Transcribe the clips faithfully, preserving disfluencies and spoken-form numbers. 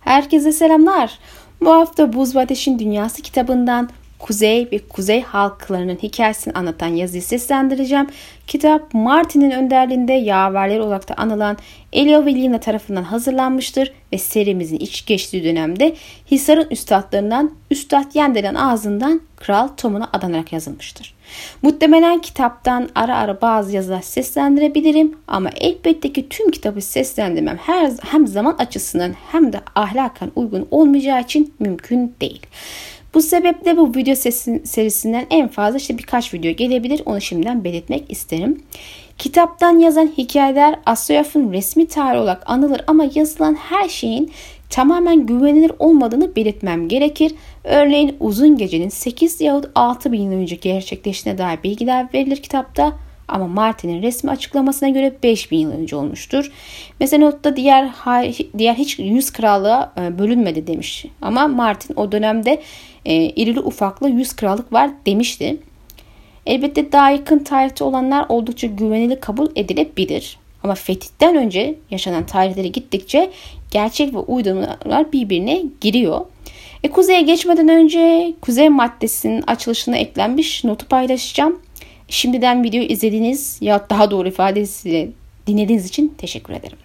Herkese selamlar. Bu hafta Buz ve Ateşin Dünyası kitabından Kuzey ve Kuzey halklarının hikayesini anlatan yazıyı seslendireceğim. Kitap Martin'in önderliğinde yaverleri olarak da anılan Elio ve Lina tarafından hazırlanmıştır ve serimizin iç geçtiği dönemde Hisar'ın üstadlarından Üstad Yender'in ağzından Kral Tom'una adanarak yazılmıştır. Muhtemelen kitaptan ara ara bazı yazılar seslendirebilirim ama elbette ki tüm kitabı seslendirmem her, hem zaman açısından hem de ahlaken uygun olmayacağı için mümkün değil. Bu sebeple bu video sesin, serisinden en fazla işte birkaç video gelebilir. Onu şimdiden belirtmek isterim. Kitaptan yazan hikayeler Asyaf'ın resmi tarihi olarak anılır ama yazılan her şeyin tamamen güvenilir olmadığını belirtmem gerekir. Örneğin Uzun Gece'nin sekiz yahut altı bin yıl önce gerçekleştiğine dair bilgiler verilir kitapta. Ama Martin'in resmi açıklamasına göre beş bin yıl önce olmuştur. Mesela notta diğer diğer hiç yüz krallığa bölünmedi demiş. Ama Martin o dönemde e, irili ufaklı yüz krallık var demişti. Elbette daha yakın tarihte olanlar oldukça güvenilir kabul edilebilir. Ama fetihten önce yaşanan tarihleri gittikçe gerçek ve uydurmalar birbirine giriyor. E, Kuzey'e geçmeden önce Kuzey maddesinin açılışına eklenmiş notu paylaşacağım. Şimdiden videoyu izlediğiniz ya daha doğru ifadesiyle dinlediğiniz için teşekkür ederim.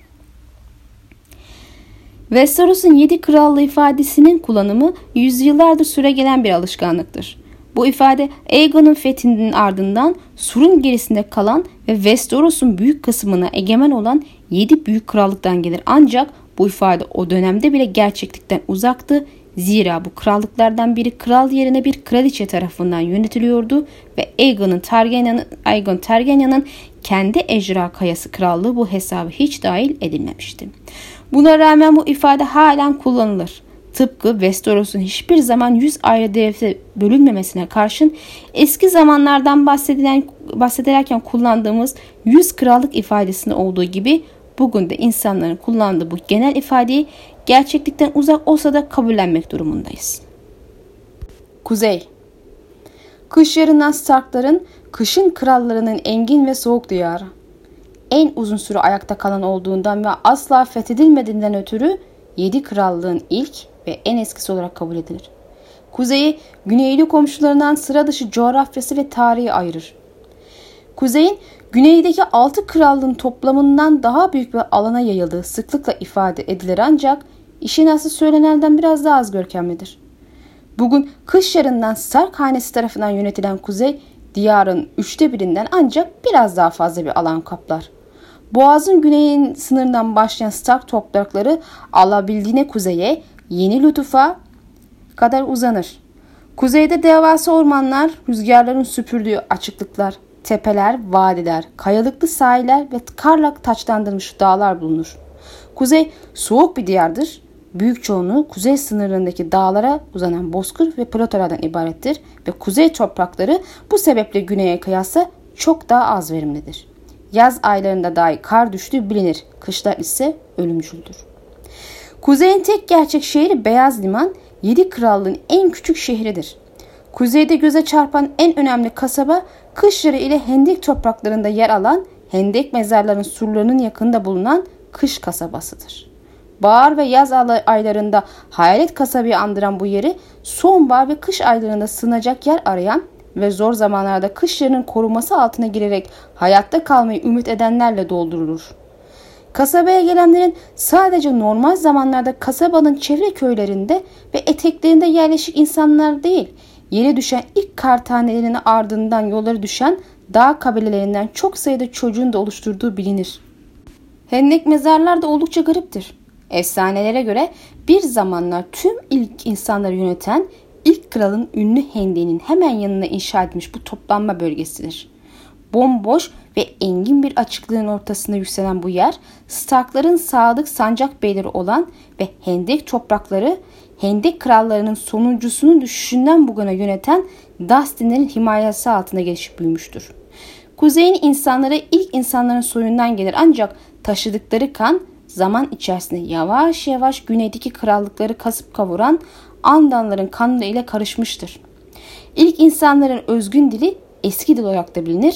Westeros'un yedi krallığı ifadesinin kullanımı yüzyıllardır süregelen bir alışkanlıktır. Bu ifade Aegon'un fethinin ardından surun gerisinde kalan ve Westeros'un büyük kısmına egemen olan yedi büyük krallıktan gelir. Ancak bu ifade o dönemde bile gerçeklikten uzaktı. Zira bu krallıklardan biri kral yerine bir kraliçe tarafından yönetiliyordu ve Aegon'un Targaryen'ın Aegon Targaryen'ın kendi ejderha kayası krallığı bu hesaba hiç dahil edilmemişti. Buna rağmen bu ifade halen kullanılır. Tıpkı Westeros'un hiçbir zaman yüz ayrı devlete bölünmemesine karşın eski zamanlardan bahsedilen, bahsederken kullandığımız yüz krallık ifadesinde olduğu gibi bugün de insanların kullandığı bu genel ifadeyi gerçeklikten uzak olsa da kabullenmek durumundayız. Kuzey. Kış yarından Starkların, kışın krallarının engin ve soğuk diyarı. En uzun süre ayakta kalan olduğundan ve asla fethedilmediğinden ötürü yedi krallığın ilk ve en eskisi olarak kabul edilir. Kuzeyi güneyli komşularından sıra dışı coğrafyası ve tarihi ayırır. Kuzeyin güneydeki altı krallığın toplamından daha büyük bir alana yayıldığı sıklıkla ifade edilir ancak işin aslı söylenenden biraz daha az görkemlidir. Bugün kış yarından Stark hanesi tarafından yönetilen kuzey, diyarın üçte birinden ancak biraz daha fazla bir alan kaplar. Boğazın güneyin sınırından başlayan Stark toprakları alabildiğine kuzeye, Yeni Lütuf'a kadar uzanır. Kuzeyde devasa ormanlar, rüzgarların süpürdüğü açıklıklar, tepeler, vadiler, kayalıklı sahiller ve karla taçlandırılmış dağlar bulunur. Kuzey soğuk bir diyardır. Büyük çoğunluğu kuzey sınırındaki dağlara uzanan bozkır ve platolardan ibarettir ve kuzey toprakları bu sebeple güneye kıyasla çok daha az verimlidir. Yaz aylarında dahi kar düştüğü bilinir, kışlar ise ölümcüldür. Kuzeyin tek gerçek şehri Beyaz Liman, yedi krallığın en küçük şehridir. Kuzeyde göze çarpan en önemli kasaba, kışları ile Hendek topraklarında yer alan Hendek mezarlarının surlarının yakında bulunan Kış kasabasıdır. Bahar ve yaz aylarında hayalet kasabayı andıran bu yeri, sonbahar ve kış aylarında sığınacak yer arayan ve zor zamanlarda kışlarının korunması altına girerek hayatta kalmayı ümit edenlerle doldurulur. Kasabaya gelenlerin sadece normal zamanlarda kasabanın çevre köylerinde ve eteklerinde yerleşik insanlar değil, yere düşen ilk kar tanelerinin ardından yolları düşen dağ kabilelerinden çok sayıda çocuğun da oluşturduğu bilinir. Hendek mezarlar da oldukça gariptir. Efsanelere göre bir zamanlar tüm ilk insanları yöneten ilk kralın ünlü hendeğinin hemen yanına inşa edilmiş bu toplanma bölgesidir. Bomboş ve engin bir açıklığın ortasında yükselen bu yer, Starkların sadık sancak beyleri olan ve Hendek toprakları, Hendek krallarının sonuncusunun düşüşünden bugüne yöneten Dustin'lerin himayesi altında geçip büyümüştür. Kuzeyin insanları ilk insanların soyundan gelir ancak taşıdıkları kan zaman içerisinde yavaş yavaş güneydeki krallıkları kasıp kavuran Andanların kanı ile karışmıştır. İlk insanların özgün dili eski dil olarak da bilinir.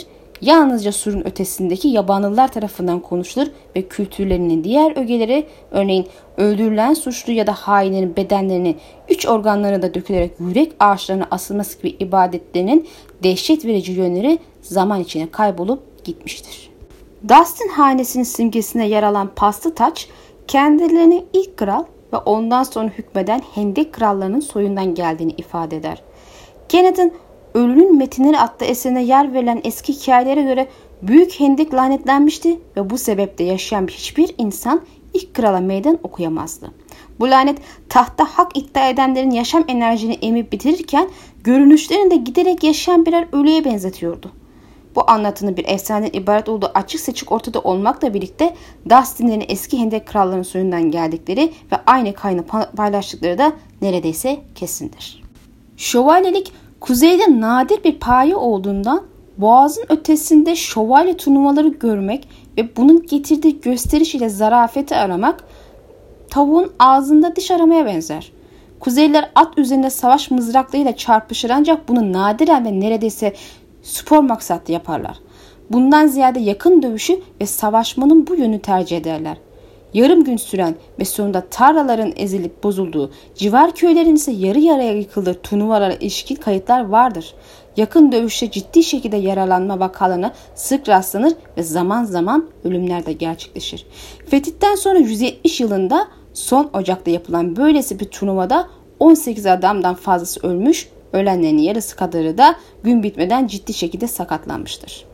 yalnızca surun ötesindeki yabanlılar tarafından konuşulur ve kültürlerinin diğer ögeleri, örneğin öldürülen suçlu ya da hainlerin bedenlerinin üç organlarına da dökülerek yürek ağaçlarına asılması gibi ibadetlerinin dehşet verici yönleri zaman içinde kaybolup gitmiştir. Dustin hanesinin simgesine yer alan paslı taç, kendilerini ilk kral ve ondan sonra hükmeden Hendek krallarının soyundan geldiğini ifade eder. Kenneth'in Ölünün Metinleri adlı eserine yer verilen eski hikayelere göre Büyük Hendek lanetlenmişti ve bu sebeple yaşayan hiçbir insan ilk krala meydan okuyamazdı. Bu lanet tahta hak iddia edenlerin yaşam enerjini emip bitirirken görünüşlerini de giderek yaşayan birer ölüye benzetiyordu. Bu anlatının bir efsaneden ibaret olduğu açık seçik ortada olmakla birlikte Dustin'lerin eski Hendek krallarının soyundan geldikleri ve aynı kaynağı paylaştıkları da neredeyse kesindir. Şövalyelik kuzeyde nadir bir paye olduğundan boğazın ötesinde şövalye turnuvaları görmek ve bunun getirdiği gösteriş ile zarafeti aramak tavuğun ağzında diş aramaya benzer. Kuzeyliler at üzerinde savaş mızraklarıyla çarpışır ancak bunu nadiren ve neredeyse spor maksatlı yaparlar. Bundan ziyade yakın dövüşü ve savaşmanın bu yönü tercih ederler. Yarım gün süren ve sonunda tarlaların ezilip bozulduğu, civar köylerin ise yarı yarıya yıkıldığı turnuvalara ilişkin kayıtlar vardır. Yakın dövüşte ciddi şekilde yaralanma vakalarına sık rastlanır ve zaman zaman ölümler de gerçekleşir. Fetihten sonra yüz yetmiş yılında son Ocak'ta yapılan böylesi bir turnuvada on sekiz adamdan fazlası ölmüş, ölenlerin yarısı kadarı da gün bitmeden ciddi şekilde sakatlanmıştır.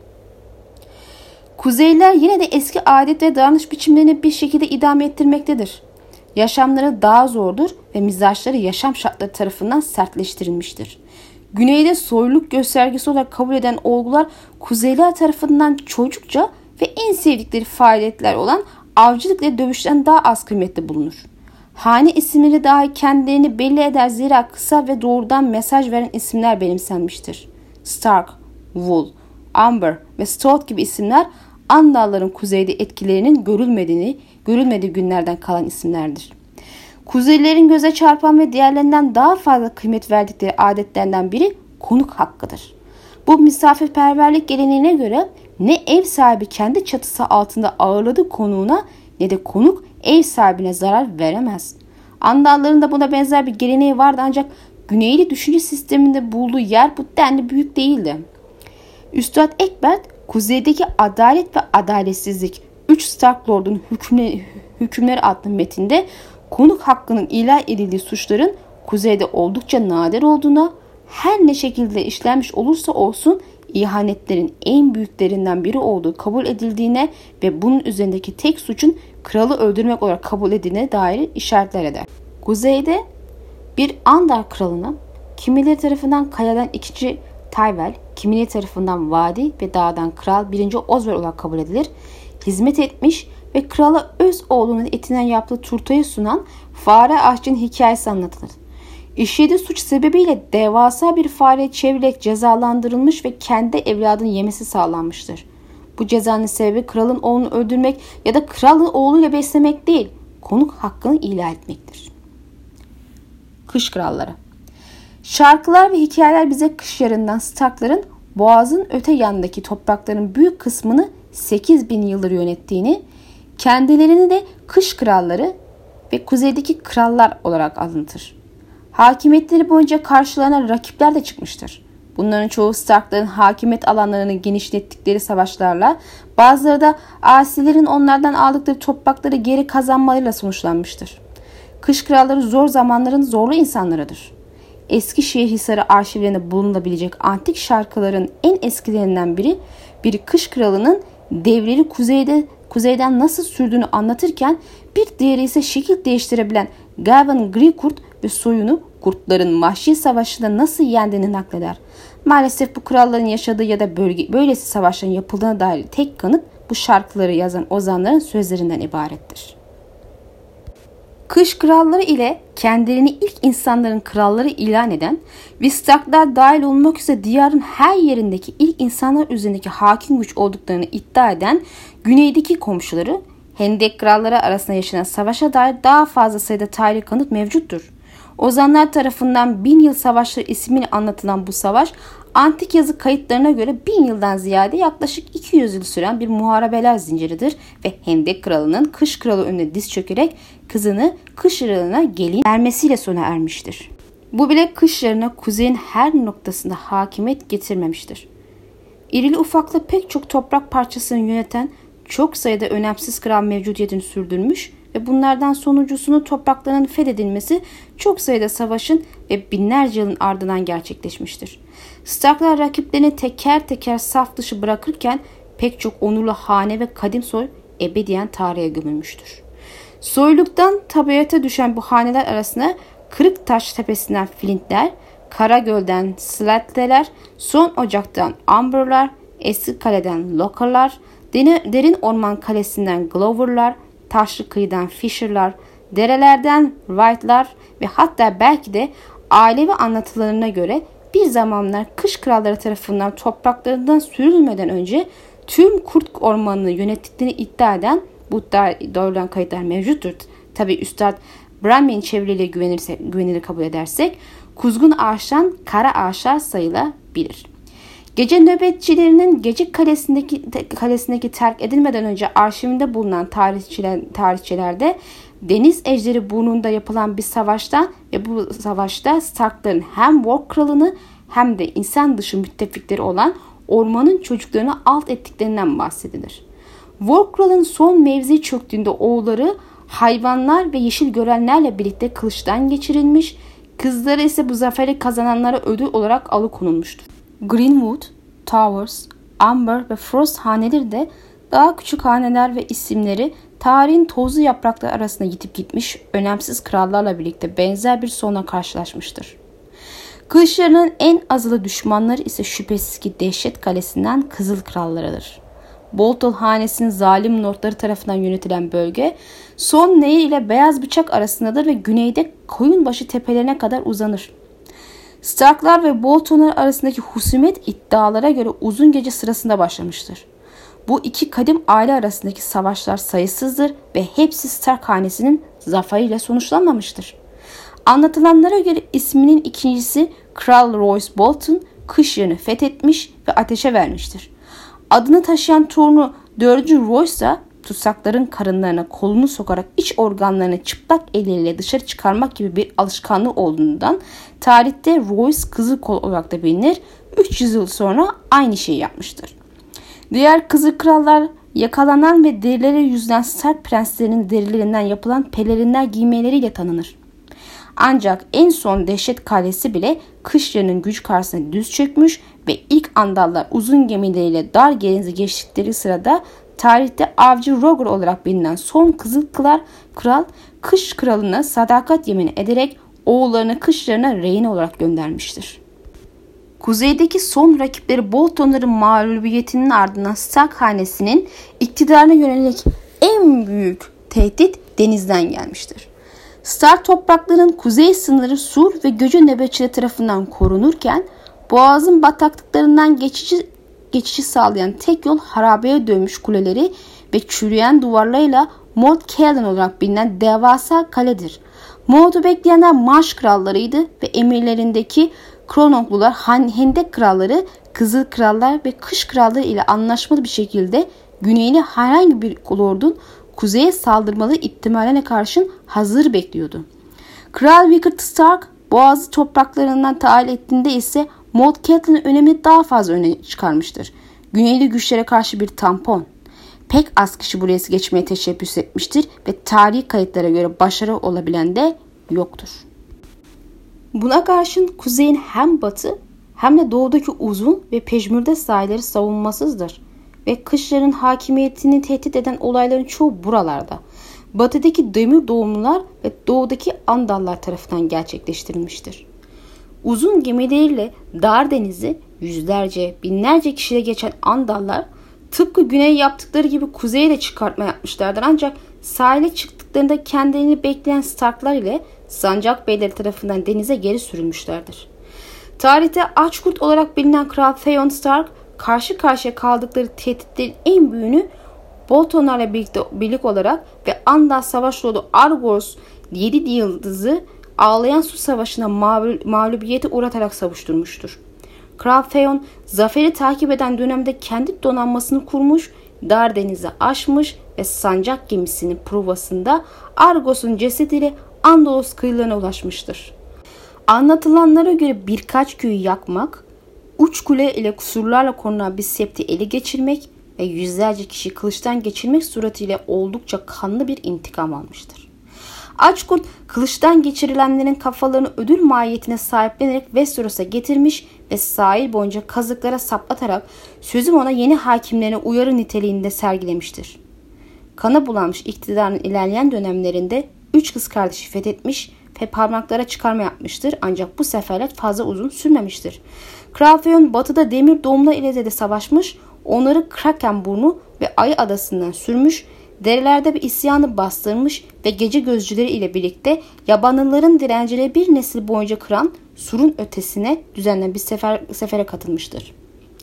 Kuzeyliler yine de eski adet ve davranış biçimlerini bir şekilde idame ettirmektedir. Yaşamları daha zordur ve mizaçları yaşam şartları tarafından sertleştirilmiştir. Güneyde soyluluk göstergesi olarak kabul eden olgular Kuzeyliler tarafından çocukça ve en sevdikleri faaliyetler olan avcılık ve dövüşten daha az kıymetli bulunur. Hane isimleri dahi kendilerini belli eder zira kısa ve doğrudan mesaj veren isimler benimsenmiştir. Stark, Wool, Amber ve Stout gibi isimler Andalların kuzeyde etkilerinin görülmediğini, görülmediği günlerden kalan isimlerdir. Kuzeylilerin göze çarpan ve diğerlerinden daha fazla kıymet verdikleri adetlerinden biri konuk hakkıdır. Bu misafirperverlik geleneğine göre ne ev sahibi kendi çatısı altında ağırladığı konuğuna ne de konuk ev sahibine zarar veremez. Andalların da buna benzer bir geleneği vardı ancak Güneyli düşünce sisteminde bulduğu yer bu denli büyük değildi. Üstad Ekbert, kuzeydeki adalet ve adaletsizlik üç Stark Lord'un hükümleri, hükümleri adlı metinde konuk hakkının ilan edildiği suçların kuzeyde oldukça nadir olduğuna, her ne şekilde işlenmiş olursa olsun ihanetlerin en büyüklerinden biri olduğu kabul edildiğine ve bunun üzerindeki tek suçun kralı öldürmek olarak kabul edildiğine dair işaretler eder. Kuzeyde bir Andal kralına kimileri tarafından kayadan ikinci Tywell, kimileri tarafından vadi ve dağdan kral birinci Oswald olarak kabul edilir. Hizmet etmiş ve krala öz oğlunun etinden yaptığı turtayı sunan fare aşçının hikayesi anlatılır. İşlediği suç sebebiyle devasa bir fareye çevrilerek cezalandırılmış ve kendi evladını yemesi sağlanmıştır. Bu cezanın sebebi kralın oğlunu öldürmek ya da kralın oğluyla beslemek değil, konuk hakkını ilan etmektir. Kış kralları. Şarkılar ve hikayeler bize kış yarından Starkların boğazın öte yanındaki toprakların büyük kısmını sekiz bin yıldır yönettiğini, kendilerini de kış kralları ve kuzeydeki krallar olarak anlatır. Hakimiyetleri boyunca karşılarına rakipler de çıkmıştır. Bunların çoğu Starkların hakimiyet alanlarını genişlettikleri savaşlarla, bazıları da asilerin onlardan aldıkları toprakları geri kazanmalarıyla sonuçlanmıştır. Kış kralları zor zamanların zorlu insanlarıdır. Eskişehir Hisarı arşivlerinde bulunabilecek antik şarkıların en eskilerinden biri, bir kış kralının devleri kuzeyde kuzeyden nasıl sürdüğünü anlatırken, bir diğeri ise şekil değiştirebilen Gawain Greycourt ve soyunu kurtların vahşi savaşında nasıl yendiğini nakleder. Maalesef bu kralların yaşadığı ya da bölge, böylesi savaşların yapıldığına dair tek kanıt bu şarkıları yazan ozanların sözlerinden ibarettir. Kış kralları ile kendilerini ilk insanların kralları ilan eden ve Starklar dahil olmak üzere diyarın her yerindeki ilk insanlar üzerindeki hakim güç olduklarını iddia eden güneydeki komşuları, Hendek kralları arasında yaşanan savaşa dair daha fazla sayıda tarihi kanıt mevcuttur. Ozanlar tarafından bin yıl savaşları ismiyle anlatılan bu savaş, antik yazı kayıtlarına göre bin yıldan ziyade yaklaşık iki yüz yıl süren bir muharebeler zinciridir ve Hendek Kralı'nın Kış Kralı önüne diz çökerek kızını Kış Kralı'na gelin vermesiyle sona ermiştir. Bu bile Kış yarına kuzeyin her noktasında hakimiyet getirmemiştir. İrili ufaklı pek çok toprak parçasını yöneten çok sayıda önemsiz kral mevcudiyetini sürdürmüş ve bunlardan sonuncusunun topraklarının fethedilmesi çok sayıda savaşın ve binlerce yılın ardından gerçekleşmiştir. Starklar rakiplerini teker teker saf dışı bırakırken pek çok onurlu hane ve kadim soy ebediyen tarihe gömülmüştür. Soyluktan tabiata düşen bu haneler arasında Kırıktaş tepesinden Flintler, Karagöl'den Slatte'ler, Son Ocak'tan Amber'lar, Eski Kale'den Locker'lar, Derin Orman Kalesi'nden Glover'lar, Taşlı Kıyı'dan Fisher'lar, derelerden White'lar ve hatta belki de ailevi anlatılarına göre bir zamanlar Kış Kralları tarafından topraklarından sürülmeden önce tüm Kurt Ormanı'nı yönettiklerini iddia eden bu doğrudan kayıtlar mevcuttur. Tabi Üstad Brahmin çeviriyle güvenirse, güvenilir kabul edersek kuzgun ağaçtan kara ağaçlar sayılabilir. Gece nöbetçilerinin gece kalesindeki, kalesindeki terk edilmeden önce arşivinde bulunan tarihçiler, tarihçilerde deniz ejderi burnunda yapılan bir savaştan ve bu savaşta Starkların hem Work Kralı'nı hem de insan dışı müttefikleri olan ormanın çocuklarını alt ettiklerinden bahsedilir. Work Kralı'nın son mevzi çöktüğünde oğulları hayvanlar ve yeşil görenlerle birlikte kılıçtan geçirilmiş, kızları ise bu zaferi kazananlara ödül olarak alıkonulmuştur. Greenwood, Towers, Amber ve Frost haneleri de daha küçük haneler ve isimleri tarihin tozlu yaprakları arasında yitip gitmiş önemsiz krallarla birlikte benzer bir sonla karşılaşmıştır. Kılıçlarının en azılı düşmanları ise şüphesiz ki Dehşet Kalesi'nden Kızıl Krallarıdır. Bolton hanesinin zalim lordları tarafından yönetilen bölge Son Nehir ile Beyaz Bıçak arasındadır ve güneyde Koyunbaşı tepelerine kadar uzanır. Starklar ve Boltonlar arasındaki husumet iddialara göre uzun gece sırasında başlamıştır. Bu iki kadim aile arasındaki savaşlar sayısızdır ve hepsi Stark hanesinin zaferiyle sonuçlanmamıştır. Anlatılanlara göre isminin ikincisi Kral Royce Bolton kış yarını fethetmiş ve ateşe vermiştir. Adını taşıyan torunu dördüncü Royce ise tutsakların karınlarına kolunu sokarak iç organlarını çıplak elleriyle dışarı çıkarmak gibi bir alışkanlığı olduğundan tarihte Royce Kızıl Kol olarak da bilinir. üç yüz yıl sonra aynı şeyi yapmıştır. Diğer Kızıl Krallar yakalanan ve derileri yüzden Stark prenslerinin derilerinden yapılan pelerinler giymeleriyle tanınır. Ancak en son Dehşet Kalesi bile kış yarının güç karşısında düz çökmüş ve ilk Andallar uzun gemileriyle dar denizi geçtikleri sırada tarihte avcı Roger olarak bilinen son Kızıl Kral, Kış Kralı'na sadakat yemini ederek oğullarını kışlarına rehin olarak göndermiştir. Kuzeydeki son rakipleri Boltonların mağlubiyetinin ardından Stark hanesinin iktidarına yönelik en büyük tehdit denizden gelmiştir. Stark topraklarının kuzey sınırı sur ve göçü nöbetçileri tarafından korunurken boğazın bataklıklarından geçici, geçişi sağlayan tek yol harabeye dönmüş kuleleri ve çürüyen duvarlarıyla Moat Cailin olarak bilinen devasa kaledir. Moat'u bekleyenler Marş krallarıydı ve emirlerindeki Kronoklular, Hendek kralları, Kızıl Krallar ve Kış kralları ile anlaşmalı bir şekilde güneyli herhangi bir lordun kuzeye saldırmalı ihtimaline karşın hazır bekliyordu. Kral Rickard Stark boğazı topraklarından tahil ettiğinde ise Moat Cailin'in önemini daha fazla öne çıkarmıştır. Güneyli güçlere karşı bir tampon. Pek az kişi buraya geçmeye teşebbüs etmiştir ve tarihi kayıtlara göre başarı olabilen de yoktur. Buna karşın kuzeyin hem batı hem de doğudaki uzun ve pejmürde sahilleri savunmasızdır ve kışların hakimiyetini tehdit eden olayların çoğu buralarda, batıdaki demir doğumlular ve doğudaki Andallar tarafından gerçekleştirilmiştir. Uzun gemileriyle dar denizi yüzlerce, binlerce kişiyle geçen Andallar tıpkı güney yaptıkları gibi kuzeye de çıkartma yapmışlardır, ancak sahile çıktıklarında kendilerini bekleyen Starklar ile Sancak Beyleri tarafından denize geri sürülmüşlerdir. Tarihte Açkurt olarak bilinen Kral Theon Stark karşı karşıya kaldıkları tehditlerin en büyüğünü Boltonlarla birlikte birlik olarak ve Andal Savaş Lordu Argos yedi yıldızı Ağlayan Su Savaşı'na mağlubiyete uğratarak savuşturmuştur. Kral Theon zaferi takip eden dönemde kendi donanmasını kurmuş, dar denizi aşmış ve sancak gemisinin provasında Argos'un cesediyle Andalos kıyılarına ulaşmıştır. Anlatılanlara göre birkaç köyü yakmak, uç kule ile kusurlarla korunan bir septi ele geçirmek ve yüzlerce kişi kılıçtan geçirmek suretiyle oldukça kanlı bir intikam almıştır. Açkurt kılıçtan geçirilenlerin kafalarını ödül mahiyetine sahiplenerek Westeros'a getirmiş ve sahil boyunca kazıklara saplatarak sözüm ona yeni hakimlerine uyarı niteliğinde sergilemiştir. Kana bulanmış iktidarın ilerleyen dönemlerinde üç kız kardeşi fethetmiş ve parmaklara çıkarma yapmıştır, ancak bu seferler fazla uzun sürmemiştir. Kral Theon batıda demir doğumlar ile de savaşmış, onları Krakenburnu ve Ayı Adası'ndan sürmüş, derelerde bir isyanı bastırmış ve gece gözcüleri ile birlikte yabanlıların direncileri bir nesil boyunca kıran surun ötesine düzenlenen bir sefer, sefere katılmıştır.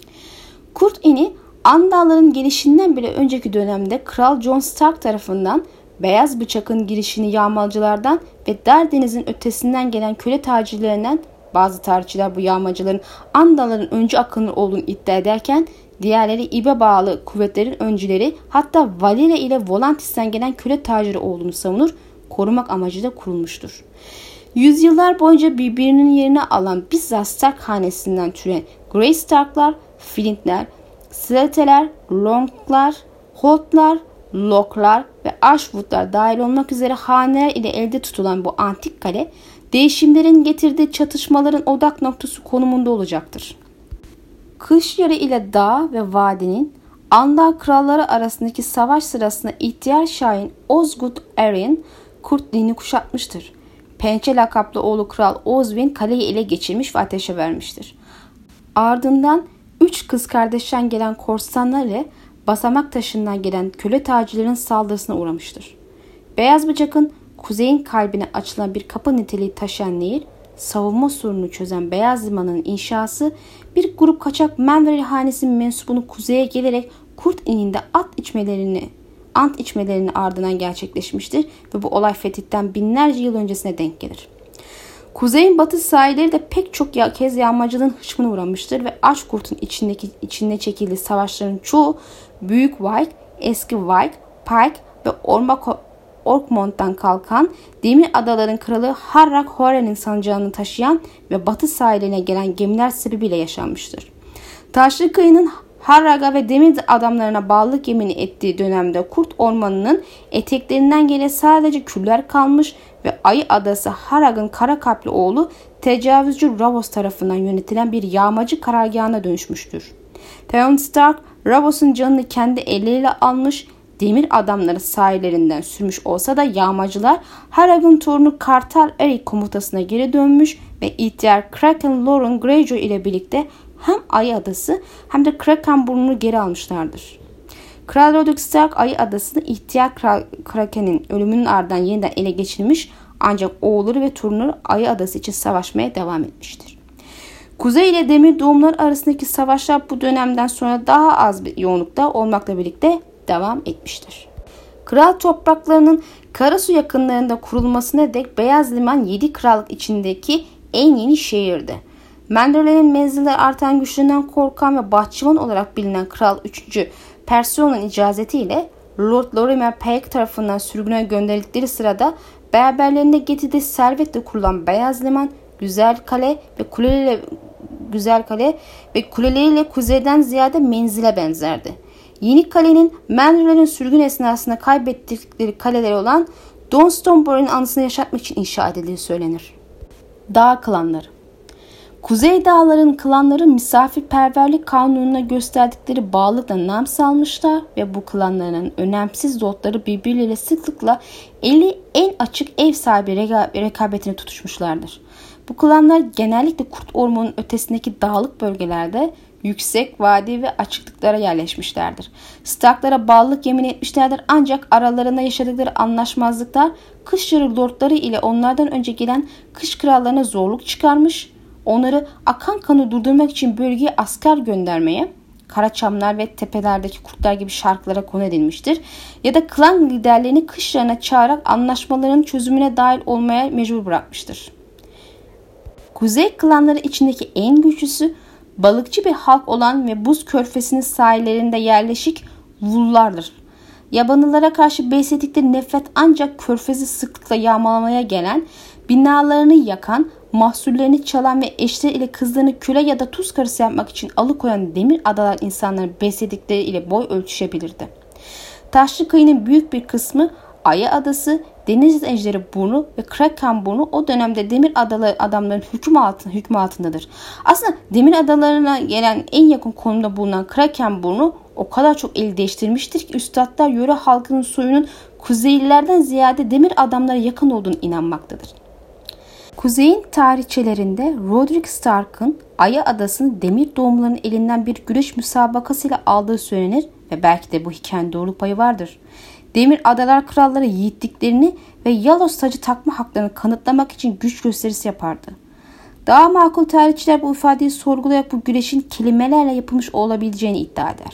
Kurt ini Andalların gelişinden bile önceki dönemde Kral Jon Stark tarafından Beyaz Bıçak'ın girişini yağmacılardan ve Dardeniz'in ötesinden gelen köle tacirlerinden, bazı tarihçiler bu yağmacıların Andalların öncü akını olduğunu iddia ederken diğerleri İbe bağlı kuvvetlerin öncüleri, hatta Valyria ile Volantis'ten gelen köle taciri olduğunu savunur, korumak amacıyla kurulmuştur. Yüzyıllar boyunca birbirinin yerine alan bizzat Stark hanesinden türeyen Grey Starklar, Flintler, Slatte'ler, Long'lar, Holt'lar, Lock'lar ve Ashwood'lar dahil olmak üzere haneler ile elde tutulan bu antik kale, değişimlerin getirdiği çatışmaların odak noktası konumunda olacaktır. Kış Yarı ile dağ ve vadinin Andal kralları arasındaki savaş sırasında ihtiyar şahin Osgood Arryn Kurt dini kuşatmıştır. Pençe lakaplı oğlu Kral Oswin kaleyi ele geçirmiş ve ateşe vermiştir. Ardından üç kız kardeşten gelen korsanlar ile basamak taşından gelen köle tacirlerin saldırısına uğramıştır. Beyaz Bıçak'ın kuzeyin kalbine açılan bir kapı niteliği taşıyan nehir, savunma sorununu çözen Beyaz Limanı'nın inşası, bir grup kaçak Menveril hanesinin mensubunu kuzeye gelerek Kurt ininde at içmelerini, ant içmelerinin ardından gerçekleşmiştir ve bu olay fetihten binlerce yıl öncesine denk gelir. Kuzeyin batı sahilleri de pek çok kez yağmacılığın hışmına uğramıştır ve Açkurt'un içindeki içinde çekildiği savaşların çoğu Büyük White, Eski White, Pike ve Ormak Orkmont'tan kalkan demir adaların kralı Harrak Horen'in sancağını taşıyan ve batı sahiline gelen gemiler sebebiyle yaşanmıştır. Taşlı kıyının Harrag'a ve demir adamlarına bağlılık yemini ettiği dönemde Kurt Ormanı'nın eteklerinden gelen sadece küller kalmış ve Ayı Adası Harrag'ın kara kalpli oğlu tecavüzcü Ravos tarafından yönetilen bir yağmacı karargahına dönüşmüştür. Theon Stark, Ravos'un canını kendi elleriyle almış, demir adamları sahillerinden sürmüş olsa da yağmacılar Harrag'ın torunu Kartal Eric komutasına geri dönmüş ve ihtiyar Kraken Loren Greyjoy ile birlikte hem Ayı Adası hem de Krakenburnu'nu geri almışlardır. Kral Roderick Stark Ayı Adası'nı ihtiyar Kraken'in ölümünün ardından yeniden ele geçirmiş, ancak oğulları ve torunları Ayı Adası için savaşmaya devam etmiştir. Kuzey ile demir doğumlar arasındaki savaşlar bu dönemden sonra daha az bir yoğunlukta olmakla birlikte devam etmiştir. Kral topraklarının Karasu yakınlarında kurulmasına dek Beyaz Liman yedi krallık içindeki en yeni şehirdi. Menderlerin menzilleri artan güçlerinden korkan ve bahçıvan olarak bilinen Kral üçüncü Perseon'un icazetiyle Lord Lorimer Pike tarafından sürgüne gönderildikleri sırada beraberlerinde getirdiği servetle kurulan Beyaz Liman, güzel kale ve kuleleriyle güzel kale ve kuleleriyle kuzeyden ziyade menzile benzerdi. Yeni kalenin Menderlerin sürgün esnasında kaybettikleri kaleleri olan Donstonbury'nin anısını yaşatmak için inşa edildiği söylenir. Dağ klanları. Kuzey dağların klanları misafirperverlik kanununa gösterdikleri bağlılıkla nam salmışlar ve bu klanların önemsiz lordları birbirleriyle sıklıkla eli en açık ev sahibi rekabetine tutuşmuşlardır. Bu klanlar genellikle Kurt Ormanı'nın ötesindeki dağlık bölgelerde yüksek vadi ve açıklıklara yerleşmişlerdir. Starklara bağlılık yemin etmişlerdir, ancak aralarında yaşadıkları anlaşmazlıklar kış yarı lordları ile onlardan önce gelen kış krallarına zorluk çıkarmış, onları akan kanı durdurmak için bölgeye asker göndermeye, Karaçamlar ve Tepelerdeki Kurtlar gibi şarkılara konu edilmiştir. Ya da klan liderlerini kışlarına çağırarak anlaşmaların çözümüne dahil olmaya mecbur bırakmıştır. Kuzey klanları içindeki en güçlüsü balıkçı bir halk olan ve Buz Körfezi'nin sahillerinde yerleşik Vullardır. Yabanılara karşı besledikleri nefret ancak körfezi sıklıkla yağmalamaya gelen, binalarını yakan, mahsullerini çalan ve eşleri ile kızlarını köle ya da tuz karısı yapmak için alıkoyan demir adalar insanları besledikleri ile boy ölçüşebilirdi. Taşlı kıyının büyük bir kısmı Aya Adası, Deniz Ejderi Burnu ve Kraken Burnu o dönemde demir adalı adamların hüküm altında, hükmü altındadır. Aslında demir adalarına gelen en yakın konumda bulunan Kraken Burnu o kadar çok el değiştirmiştir ki üstadlar yöre halkının soyunun Kuzeylilerden ziyade demir adamlara yakın olduğunu inanmaktadır. Kuzeyin tarihçelerinde Roderick Stark'ın Aya Adası'nı demir doğumlarının elinden bir güreş müsabakasıyla aldığı söylenir ve belki de bu hikayenin doğruluk payı vardır. Demir Adalar kralları yiğitliklerini ve Yalos tacı takma haklarını kanıtlamak için güç gösterisi yapardı. Daha makul tarihçiler bu ifadeyi sorgulayarak bu güreşin kelimelerle yapılmış olabileceğini iddia eder.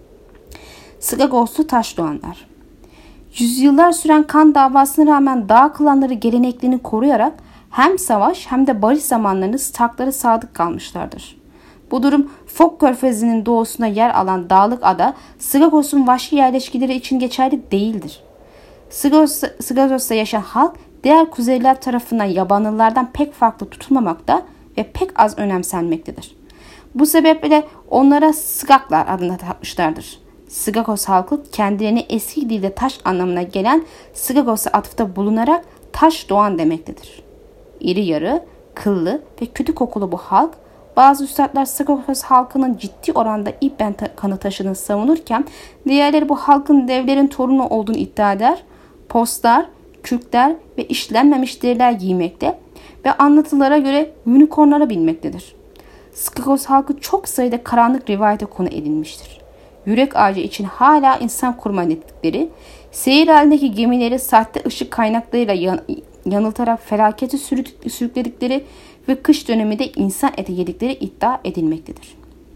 Skagoslu Taşdoğanlar. Yüzyıllar süren kan davasına rağmen dağ klanları geleneklerini koruyarak hem savaş hem de barış zamanlarında Stark'lara sadık kalmışlardır. Bu durum Fok Körfezi'nin doğusuna yer alan dağlık ada Skagos'un vahşi yerleşkileri için geçerli değildir. Skagos'ta yaşayan halk diğer kuzeyliler tarafından yabanlılardan pek farklı tutulmamakta ve pek az önemsenmektedir. Bu sebeple onlara Skaglar adını takmışlardır. Skagos halkı kendilerini eski dilde taş anlamına gelen Skagos'a atıfta bulunarak taş doğan demektedir. İri yarı, kıllı ve kötü kokulu bu halk, bazı üstadlar Skagos halkının ciddi oranda İbben kanı taşıdığını savunurken diğerleri bu halkın devlerin torunu olduğunu iddia eder. Postlar, kürkler ve işlenmemiş deriler giymekte ve anlatılara göre unicornlara binmektedir. Skagos halkı çok sayıda karanlık rivayete konu edilmiştir. Yürek ağacı için hala insan kurban ettikleri, seyir halindeki gemileri sahte ışık kaynaklarıyla yan, yanıltarak felaketi sürükledikleri ve kış döneminde insan eti yedikleri iddia edilmektedir.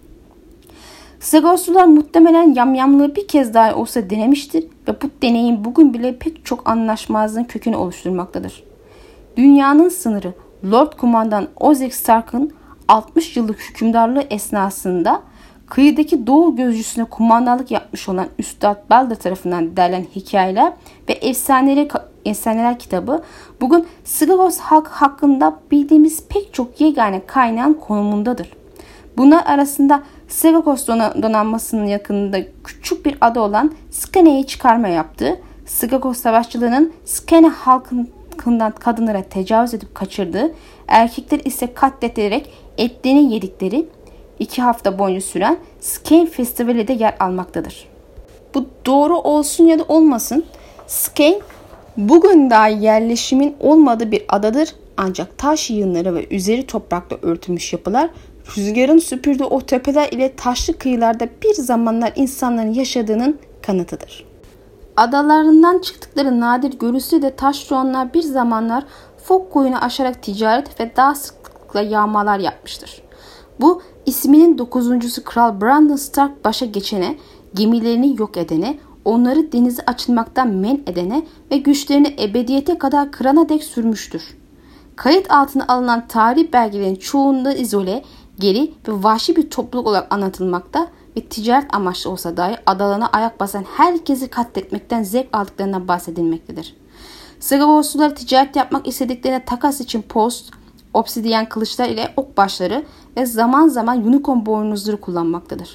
Skagoslular muhtemelen yamyamlığı bir kez daha olsa denemiştir ve bu deneyim bugün bile pek çok anlaşmazlığın kökeni oluşturmaktadır. Dünyanın sınırı Lord Kumandan Ozek Stark'ın altmış yıllık hükümdarlığı esnasında kıyıdaki doğu gözcüsüne kumandanlık yapmış olan Üstad Balder tarafından derlenen hikayeler ve efsaneler, efsaneler kitabı bugün Skagos halkı hakkında bildiğimiz pek çok yegane kaynağın konumundadır. Bunlar arasında Skagos donanmasının yakınında küçük bir ada olan Skene'yi çıkarma yaptığı, Skagos savaşçılarının Skene halkından kadınlara tecavüz edip kaçırdığı, erkekler ise katledilerek etlerini yedikleri iki hafta boyunca süren Skane Festivali de yer almaktadır. Bu doğru olsun ya da olmasın, Skane bugün daha yerleşimin olmadığı bir adadır, ancak taş yığınları ve üzeri toprakla örtülmüş yapılar rüzgarın süpürdüğü o tepeler ile taşlı kıyılarda bir zamanlar insanların yaşadığının kanıtıdır. Adalarından çıktıkları nadir görülse de taşdoğanlar bir zamanlar Fok koyunu aşarak ticaret ve daha sıklıkla yağmalar yapmıştır. Bu isminin dokuzuncusu Kral Brandon Stark başa geçene, gemilerini yok edene, onları denize açılmaktan men edene ve güçlerini ebediyete kadar kırana dek sürmüştür. Kayıt altına alınan tarih belgelerin çoğunda izole, geri ve vahşi bir topluluk olarak anlatılmakta ve ticaret amaçlı olsa dahi adalarına ayak basan herkesi katletmekten zevk aldıklarından bahsedilmektedir. Skagoslular ticaret yapmak istediklerine takas için post, obsidiyen kılıçlar ile ok başları ve zaman zaman unicorn boynuzları kullanmaktadır.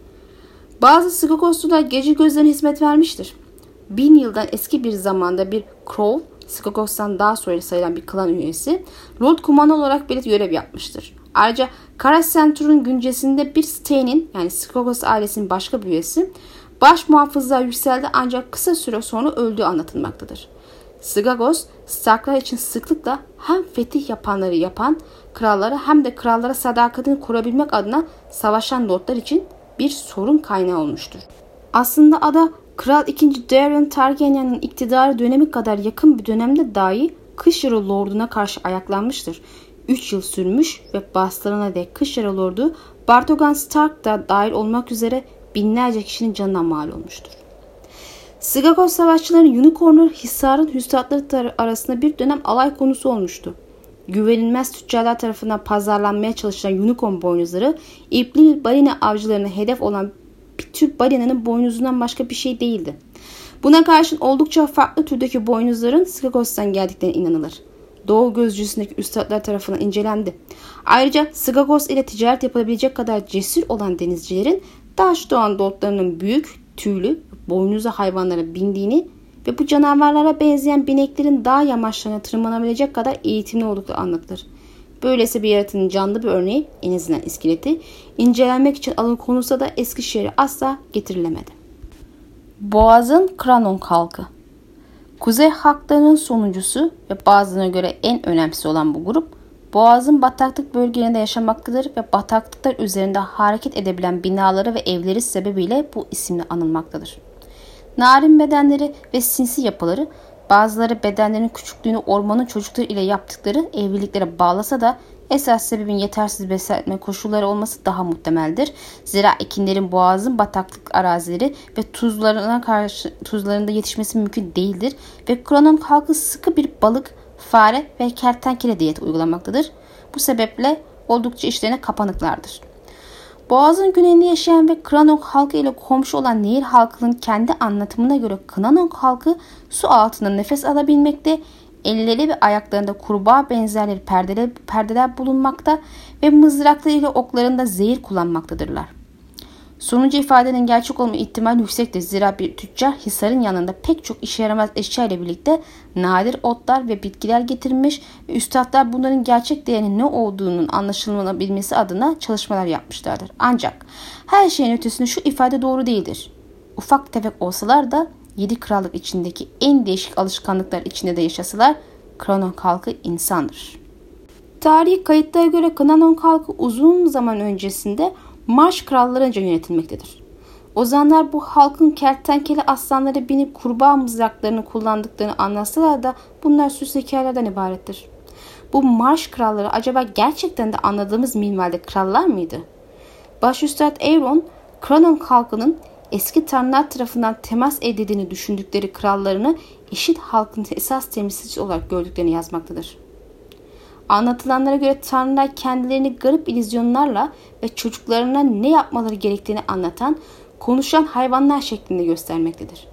Bazı Skagoslular gece gözlerine hizmet vermiştir. Bin yıldan eski bir zamanda bir Crow, Skagos'tan daha sonra sayılan bir klan üyesi, Lord Kumandan olarak bile görev yapmıştır. Ayrıca Kara Centur'un güncesinde bir Stain'in yani Skagos ailesinin başka bir üyesi baş muhafızlığa yükseldi ancak kısa süre sonra öldüğü anlatılmaktadır. Skagos, Starklar için sıklıkla hem fetih yapanları yapan krallara hem de krallara sadakatini koruyabilmek adına savaşan lordlar için bir sorun kaynağı olmuştur. Aslında ada Kral ikinci. Daeron Targaryen'in iktidarı dönemi kadar yakın bir dönemde dahi Kışyarı Lordu'na karşı ayaklanmıştır. üç yıl sürmüş ve bastırana dek Kışyarı Lordu Bartogan Stark da dahil olmak üzere binlerce kişinin canına mal olmuştur. Skagos savaşçılarının Unicorn'u Hisar'ın hüsratları arasında bir dönem alay konusu olmuştu. Güvenilmez tüccarlar tarafından pazarlanmaya çalışılan unicorn boynuzları, ipli balina avcılarına hedef olan bir tür balinanın boynuzundan başka bir şey değildi. Buna karşın oldukça farklı türdeki boynuzların Skagos'tan geldiklerine inanılır. Doğu gözcüsündeki üstadlar tarafından incelendi. Ayrıca Skagos ile ticaret yapılabilecek kadar cesur olan denizcilerin Daş Doğan dotlarının büyük, tüylü, boynuzlu hayvanlara bindiğini ve bu canavarlara benzeyen bineklerin dağ yamaçlarına tırmanabilecek kadar eğitimli oldukları anlatılır. Böylesi bir yaratığın canlı bir örneği, en azından iskeleti, incelenmek için alınkonulsa da Eskişehir'e asla getirilemedi. Boğaz'ın Kranon halkı. Kuzey halklarının sonuncusu ve bazılarına göre en önemlisi olan bu grup, Boğaz'ın bataklık bölgelerinde yaşamaktadır ve bataklıklar üzerinde hareket edebilen binaları ve evleri sebebiyle bu isimle anılmaktadır. Narin bedenleri ve sinsi yapıları, bazıları bedenlerinin küçüklüğünü ormanın çocukları ile yaptıkları evliliklere bağlasa da esas sebebin yetersiz beslenme koşulları olması daha muhtemeldir. Zira ekinlerin Boğaz'ın bataklık arazileri ve tuzlarına karşı tuzlarında yetişmesi mümkün değildir ve Kranon halkı sıkı bir balık, fare ve kertenkele diyeti uygulamaktadır. Bu sebeple oldukça işlerine kapanıklardır. Boğaz'ın güneyinde yaşayan ve Kranok halkı ile komşu olan Nehir halkının kendi anlatımına göre Kranok halkı su altında nefes alabilmekte, elleri ve ayaklarında kurbağa benzerleri perdeler, perdeler bulunmakta ve mızraklarıyla oklarında zehir kullanmaktadırlar. Sonuncu ifadenin gerçek olma ihtimali yüksektir. Zira bir tüccar Hisar'ın yanında pek çok işe yaramaz eşya ile birlikte nadir otlar ve bitkiler getirmiş ve üstadlar bunların gerçek değerinin ne olduğunun anlaşılabilmesi adına çalışmalar yapmışlardır. Ancak her şeyin ötesinde şu ifade doğru değildir. Ufak tefek olsalar da yedi krallık içindeki en değişik alışkanlıklar içinde de yaşasalar Kranon halkı insandır. Tarihi kayıtlara göre Kranon halkı uzun zaman öncesinde Marş krallarınca yönetilmektedir. Ozanlar bu halkın kertenkele aslanlara binip kurbağa mızraklarını kullandıklarını anlatsalar da bunlar süs hikayelerden ibarettir. Bu Marş kralları acaba gerçekten de anladığımız minvalde krallar mıydı? Başüstad Euron, Kranon halkının eski tanrılar tarafından temas edildiğini düşündükleri krallarını eşit halkın esas temsilcisi olarak gördüklerini yazmaktadır. Anlatılanlara göre tanrılar kendilerini garip illüzyonlarla ve çocuklarına ne yapmaları gerektiğini anlatan konuşan hayvanlar şeklinde göstermektedir.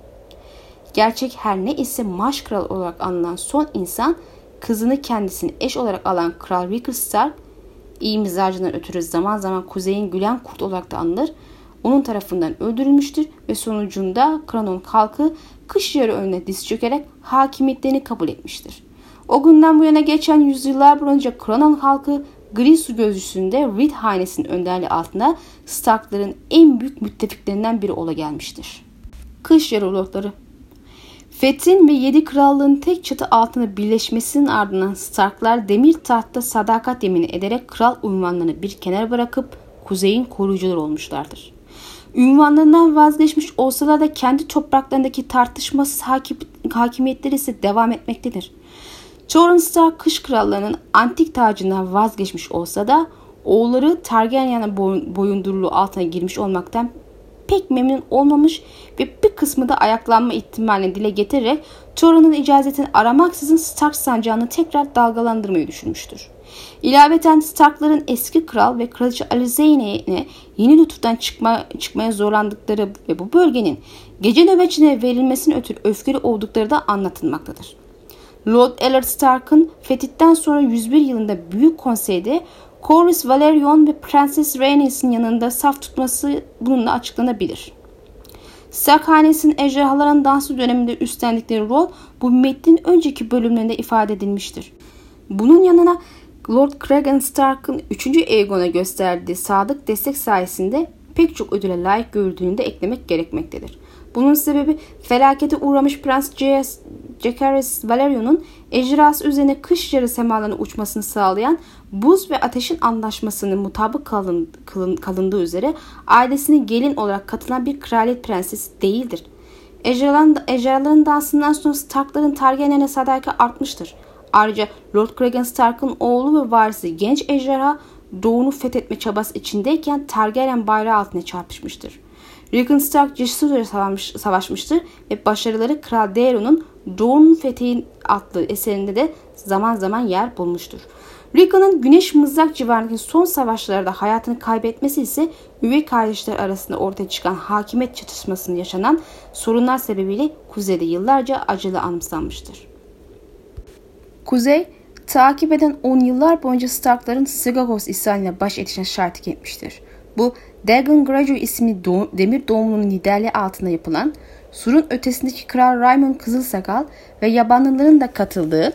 Gerçek her ne ise Marş Kralı olarak anılan son insan, kızını kendisini eş olarak alan Kral Rickard Stark, iyi mizacından ötürü zaman zaman Kuzey'in gülen kurt olarak da anılır, onun tarafından öldürülmüştür ve sonucunda Kranon halkı kış yarı önüne diz çökerek hakimiyetlerini kabul etmiştir. O günden bu yana geçen yüzyıllar boyunca Kranon halkı Gri Su Gözcüsü'nde Reed hanesinin önderliği altında Stark'ların en büyük müttefiklerinden biri ola gelmiştir. Kış yarı lordları. Fethin ve yedi krallığın tek çatı altında birleşmesinin ardından Stark'lar demir tahtta sadakat yemini ederek kral unvanlarını bir kenara bırakıp kuzeyin koruyucuları olmuşlardır. Ünvanlarından vazgeçmiş olsalar da kendi topraklarındaki tartışmasız hakim, hakimiyetleri ise devam etmektedir. Thorin Stark kış krallarının antik tacından vazgeçmiş olsa da oğulları Targaryen'in boyunduruluğu altına girmiş olmaktan pek memnun olmamış ve bir kısmı da ayaklanma ihtimalini dile getirerek Thorin'in icazetini aramaksızın Stark sancağını tekrar dalgalandırmayı düşünmüştür. İlaveten Stark'ların eski kral ve kraliçe Alysanne'ye yeni lütuftan çıkma, çıkmaya zorlandıkları ve bu bölgenin gece nöbetçine verilmesine ötürü öfkeli oldukları da anlatılmaktadır. Lord Eddard Stark'ın fetihten sonra yüz bir yılında Büyük Konsey'de Corlys Velaryon ve Prenses Rhaenys'in yanında saf tutması bununla açıklanabilir. Stark hanesinin ejderhaların dansı döneminde üstlendikleri rol bu metnin önceki bölümlerinde ifade edilmiştir. Bunun yanına Lord Cragan Stark'ın üçüncü Aegon'a gösterdiği sadık destek sayesinde pek çok ödüle layık görüldüğünü de eklemek gerekmektedir. Bunun sebebi felakete uğramış Prens Jacaerys Velaryon'un ejderhası üzerine kış yarı semalarına uçmasını sağlayan buz ve ateşin anlaşmasının mutabık kalın, kalın, kalındığı üzere ailesine gelin olarak katılan bir kraliyet prensesi değildir. Ejderhaların, ejderhaların dansından sonra Stark'ların Targaryen'e sadakat artmıştır. Ayrıca Lord Cragan Stark'ın oğlu ve varisi genç ejderha doğunu fethetme çabası içindeyken Targaryen bayrağı altına çarpışmıştır. Rickon Stark cesurca savaşmıştır ve başarıları Kral Daeron'un Doğu'nun Fethi adlı eserinde de zaman zaman yer bulmuştur. Rickon'un Güneş Mızrak civarındaki son savaşlarda hayatını kaybetmesi ise üvey kardeşler arasında ortaya çıkan hakimiyet çatışmasında yaşanan sorunlar sebebiyle Kuzey'de yıllarca acılı anımsanmıştır. Kuzey, takip eden on yıllar boyunca Stark'ların Skagos isyanıyla baş etişine şahitlik etmiştir. Bu, Dagon Greyjoy isimli doğum, demir doğumlunun liderliği altında yapılan, surun ötesindeki Kral Raymond Kızılsakal ve yabanlıların da katıldığı,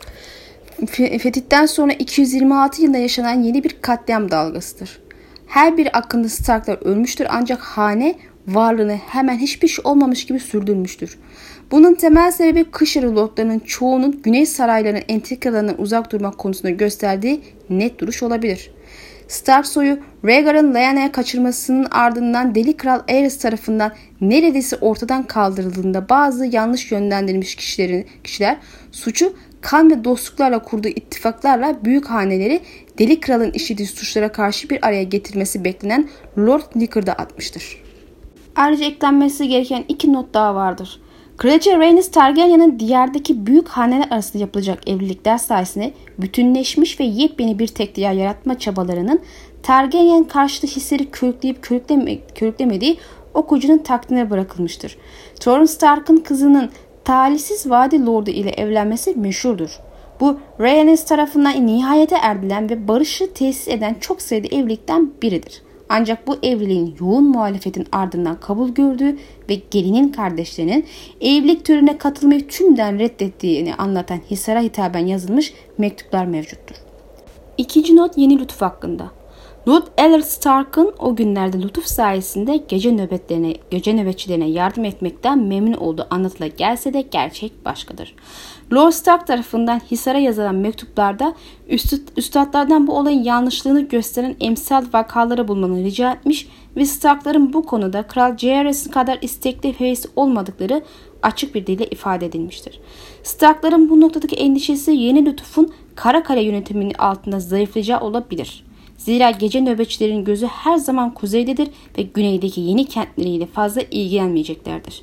fetihten sonra iki yüz yirmi altı yılında yaşanan yeni bir katliam dalgasıdır. Her bir hakkında Starklar ölmüştür ancak hane varlığını hemen hiçbir şey olmamış gibi sürdürmüştür. Bunun temel sebebi kışları lordlarının çoğunun güney saraylarının entrikalarından uzak durmak konusunda gösterdiği net duruş olabilir. Stark soyu Rhaegar'ın Lyanna'ya kaçırmasının ardından Deli Kral Aerys tarafından neredeyse ortadan kaldırıldığında bazı yanlış yönlendirilmiş kişilerin, kişiler suçu kan ve dostluklarla kurduğu ittifaklarla büyük haneleri Deli Kral'ın işlediği suçlara karşı bir araya getirmesi beklenen Lord Liquor'da atmıştır. Ayrıca eklenmesi gereken iki not daha vardır. Kraliçe Rhaenys Targaryen'in diyardaki büyük haneler arasında yapılacak evlilikler sayesinde bütünleşmiş ve yepyeni bir tek diyar yaratma çabalarının Targaryen karşıtı hisleri körükleyip körükleme, körüklemediği okuyucunun takdirine bırakılmıştır. Torrhen Stark'ın kızının talihsiz Vadi Lord'u ile evlenmesi meşhurdur. Bu Rhaenys tarafından nihayete erdilen ve barışı tesis eden çok sayıda evlilikten biridir. Ancak bu evliliğin yoğun muhalefetin ardından kabul gördüğü ve gelinin kardeşlerinin evlilik törenine katılmayı tümden reddettiğini anlatan Hisar'a hitaben yazılmış mektuplar mevcuttur. İkinci not yeni lütuf hakkında. Lord Eddard Stark'ın o günlerde lütuf sayesinde gece nöbetlerine, gece nöbetçilerine yardım etmekten memnun olduğu anlatıla gelse de gerçek başkadır. Lord Stark tarafından Hisar'a yazılan mektuplarda üstadlardan bu olayın yanlışlığını gösteren emsal vakaları bulmanı rica etmiş ve Stark'ların bu konuda Kral Jaehaerys'in kadar istekli ve hevesli olmadıkları açık bir dille ifade edilmiştir. Stark'ların bu noktadaki endişesi yeni lütufun Karakale yönetiminin altında zayıflayacağı olabilir. Zira gece nöbetçilerin gözü her zaman kuzeydedir ve güneydeki yeni kentleriyle fazla ilgilenmeyeceklerdir.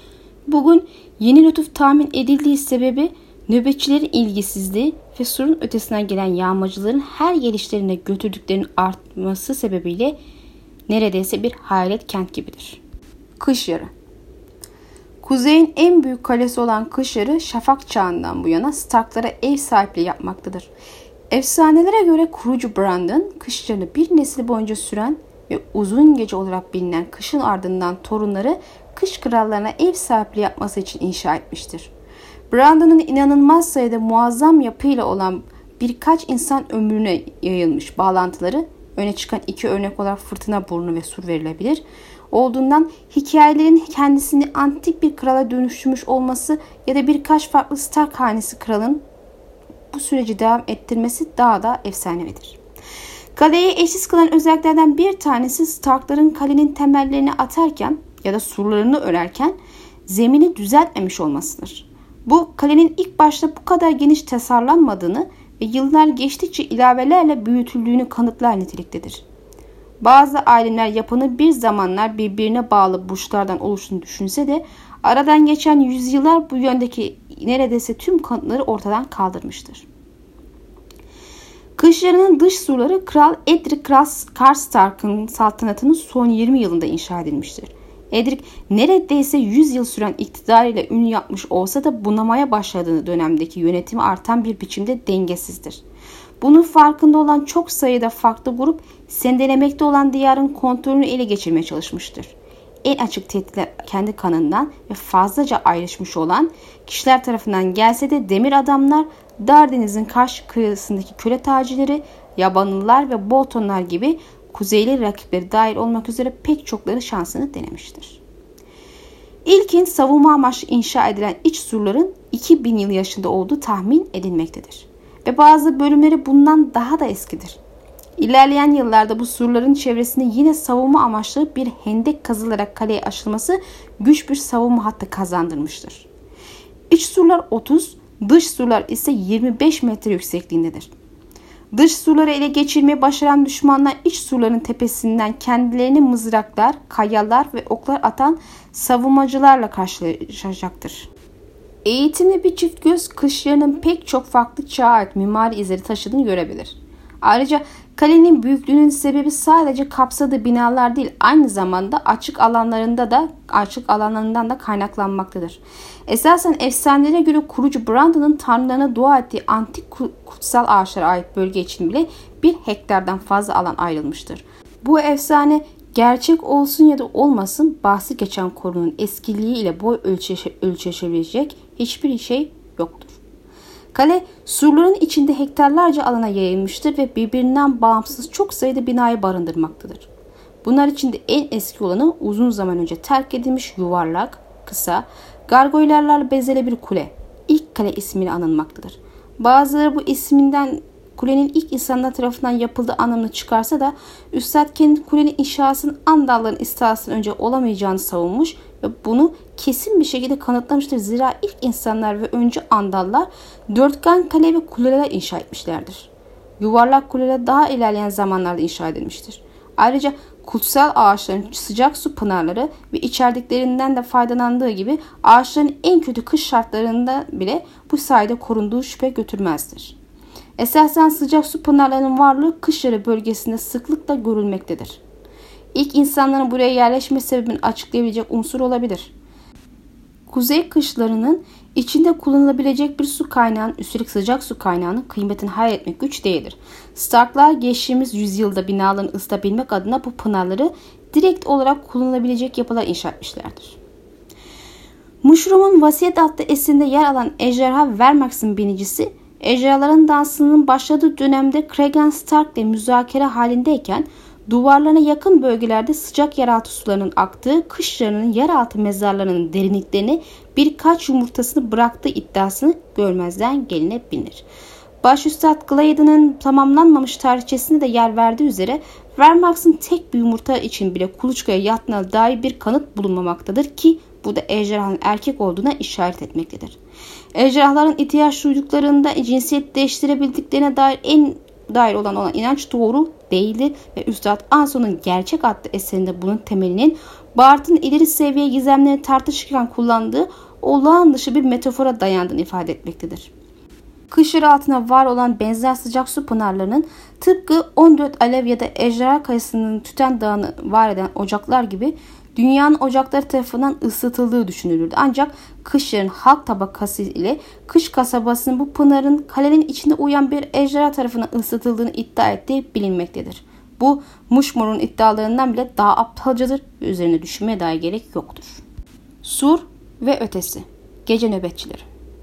Bugün yeni lütuf tahmin edildiği sebebi nöbetçilerin ilgisizliği ve surun ötesinden gelen yağmacıların her gelişlerine götürdüklerinin artması sebebiyle neredeyse bir hayalet kent gibidir. Kış Yarı. Kuzeyin en büyük kalesi olan Kış Yarı Şafak Çağı'ndan bu yana Stark'lara ev sahipliği yapmaktadır. Efsanelere göre kurucu Brandon, kış yarını bir nesil boyunca süren ve uzun gece olarak bilinen kışın ardından torunları kış krallarına ev sahipliği yapması için inşa etmiştir. Brandon'un inanılmaz sayıda muazzam yapıyla olan birkaç insan ömrüne yayılmış bağlantıları öne çıkan iki örnek olarak Fırtına Burnu ve Sur verilebilir. Olduğundan hikayelerin kendisini antik bir krala dönüştürmüş olması ya da birkaç farklı Stark hanesi kralın bu süreci devam ettirmesi daha da efsanevidir. Kaleyi eşsiz kılan özelliklerden bir tanesi Stark'ların kalenin temellerini atarken ya da surlarını örerken zemini düzeltmemiş olmasıdır. Bu kalenin ilk başta bu kadar geniş tasarlanmadığını ve yıllar geçtikçe ilavelerle büyütüldüğünü kanıtlar niteliktedir. Bazı alimler yapının bir zamanlar birbirine bağlı burçlardan oluştuğunu düşünse de aradan geçen yüzyıllar bu yöndeki neredeyse tüm kanıtları ortadan kaldırmıştır. Kış Yarı'nın dış surları Kral Edric Karstark'ın saltanatının son yirmi yılında inşa edilmiştir. Edric neredeyse yüz yıl süren iktidarıyla ün yapmış olsa da bunamaya başladığı dönemdeki yönetimi artan bir biçimde dengesizdir. Bunun farkında olan çok sayıda farklı grup sendelemekte olan diyarın kontrolünü ele geçirmeye çalışmıştır. En açık tehditler kendi kanından ve fazlaca ayrışmış olan kişiler tarafından gelse de demir adamlar, Dardeniz'in karşı kıyısındaki köle tacirleri, yabanlılar ve Boltonlar gibi kuzeyli rakipleri dahil olmak üzere pek çokları şansını denemiştir. İlkin savunma amaçlı inşa edilen iç surların iki bin yıl yaşında olduğu tahmin edilmektedir. Ve bazı bölümleri bundan daha da eskidir. İlerleyen yıllarda bu surların çevresinde yine savunma amaçlı bir hendek kazılarak kaleye aşılması güç bir savunma hattı kazandırmıştır. İç surlar otuz, dış surlar ise yirmi beş metre yüksekliğindedir. Dış surları ele geçirmeyi başaran düşmanlar iç surların tepesinden kendilerini mızraklar, kayalar ve oklar atan savunmacılarla karşılaşacaktır. Eğitimli bir çift göz kışlarının pek çok farklı çağa ait mimari izleri taşıdığını görebilir. Ayrıca kalenin büyüklüğünün sebebi sadece kapsadığı binalar değil, aynı zamanda açık alanlarında da açık alanlarından da kaynaklanmaktadır. Esasen efsanelere göre kurucu Brandon'ın tanrılarına dua ettiği antik kutsal ağaçlara ait bölge için bile bir hektardan fazla alan ayrılmıştır. Bu efsane gerçek olsun ya da olmasın bahsi geçen korunun eskiliği ile boy ölçüşebilecek hiçbir şey yoktur. Kale surların içinde hektarlarca alana yayılmıştır ve birbirinden bağımsız çok sayıda binayı barındırmaktadır. Bunlar içinde en eski olanı uzun zaman önce terk edilmiş yuvarlak, kısa, gargoylerlerle bezeli bir kule. İlk kale ismiyle anılmaktadır. Bazıları bu isminden kulenin ilk insanlar tarafından yapıldığı anlamını çıkarsa da Üstad kendi kulenin inşasının Andalların istilasından önce olamayacağını savunmuş ve bunu kesin bir şekilde kanıtlamıştır. Zira ilk insanlar ve önce Andallar dörtgen kale ve kuleler inşa etmişlerdir. Yuvarlak kuleler daha ilerleyen zamanlarda inşa edilmiştir. Ayrıca kutsal ağaçların sıcak su pınarları ve içerdiklerinden de faydalandığı gibi ağaçların en kötü kış şartlarında bile bu sayede korunduğu şüphe götürmezdir. Esasen sıcak su pınarlarının varlığı kışları bölgesinde sıklıkla görülmektedir. İlk insanların buraya yerleşme sebebini açıklayabilecek unsur olabilir. Kuzey kışlarının içinde kullanılabilecek bir su kaynağının, üstelik sıcak su kaynağının kıymetini hayal etmek güç değildir. Starklar geçtiğimiz yüzyılda binalarını ısıtabilmek adına bu pınarları direkt olarak kullanılabilecek yapılar inşa etmişlerdir. Mushroom'un Vasiyet adlı eserinde yer alan ejderha Vermax'ın binicisi, ejderhaların dansının başladığı dönemde Cregan Stark ile müzakere halindeyken duvarlarına yakın bölgelerde sıcak yeraltı sularının aktığı, kışlarının yeraltı mezarlarının derinliklerine birkaç yumurtasını bıraktığı iddiasını görmezden gelinebilir. Başüstad Gladen'ın tamamlanmamış tarihçesine de yer verdiği üzere Vermax'ın tek bir yumurta için bile kuluçkaya yattığına dair bir kanıt bulunmamaktadır ki bu da ejderhanın erkek olduğuna işaret etmektedir. Ejderhaların ihtiyaç duyduklarında cinsiyet değiştirebildiklerine dair en dair olan olan inanç doğru değildir ve Üstad Anson'un Gerçek adlı eserinde bunun temelinin Bart'ın ileri seviye gizemlerini tartışırken kullandığı olağan dışı bir metafora dayandığını ifade etmektedir. Kışlar altına var olan benzer sıcak su pınarlarının tıpkı on dört alev ya da ejderha kayasının tüten dağını var eden ocaklar gibi dünyanın ocakları tarafından ısıtıldığı düşünülürdü. Ancak kışların halk tabakası ile kış kasabasının bu pınarın kalenin içinde uyuyan bir ejderha tarafından ısıtıldığını iddia ettiği bilinmektedir. Bu Mushroom'un iddialarından bile daha aptalcadır ve üzerine düşünmeye dair gerek yoktur. Sur ve ötesi. Gece nöbetçileri.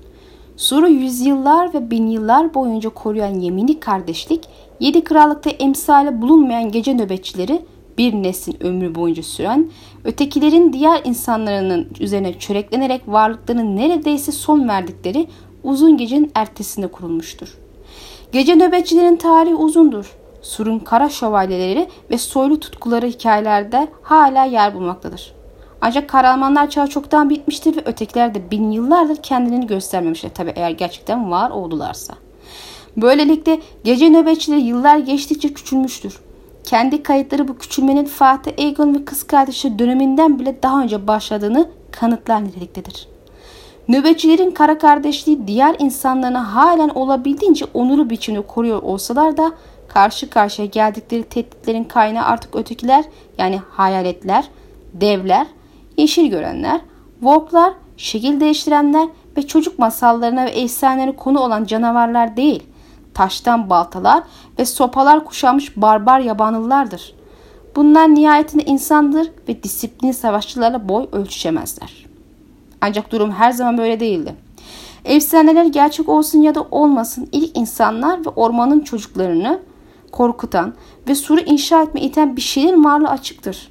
Sur'u yüzyıllar ve bin yıllar boyunca koruyan yemini kardeşlik, yedi krallıkta emsali bulunmayan gece nöbetçileri, bir neslin ömrü boyunca süren, ötekilerin diğer insanların üzerine çöreklenerek varlıklarının neredeyse son verdikleri uzun gecenin ertesinde kurulmuştur. Gece nöbetçilerin tarihi uzundur. Sur'un kara şövalyeleri ve soylu tutkuları hikayelerde hala yer bulmaktadır. Ancak kahramanlar çağı çoktan bitmiştir ve ötekiler de bin yıllardır kendilerini göstermemişler. Tabi eğer gerçekten var oldularsa. Böylelikle gece nöbetçileri yıllar geçtikçe küçülmüştür. Kendi kayıtları bu küçülmenin Fatih Aegon ve kız kardeşi döneminden bile daha önce başladığını kanıtlar niteliktedir. Nöbetçilerin kara kardeşliği diğer insanlarına halen olabildiğince onurlu biçimde koruyor olsalar da karşı karşıya geldikleri tehditlerin kaynağı artık ötekiler, yani hayaletler, devler, yeşil görenler, worklar, şekil değiştirenler ve çocuk masallarına ve efsanelerine konu olan canavarlar değil, taştan baltalar ve sopalar kuşanmış barbar yabanlılardır. Bunlar nihayetinde insandır ve disiplinli savaşçılarla boy ölçüşemezler. Ancak durum her zaman böyle değildi. Efsaneler gerçek olsun ya da olmasın ilk insanlar ve ormanın çocuklarını korkutan ve Sur'u inşa etmeye iten bir şeylerin varlığı açıktır.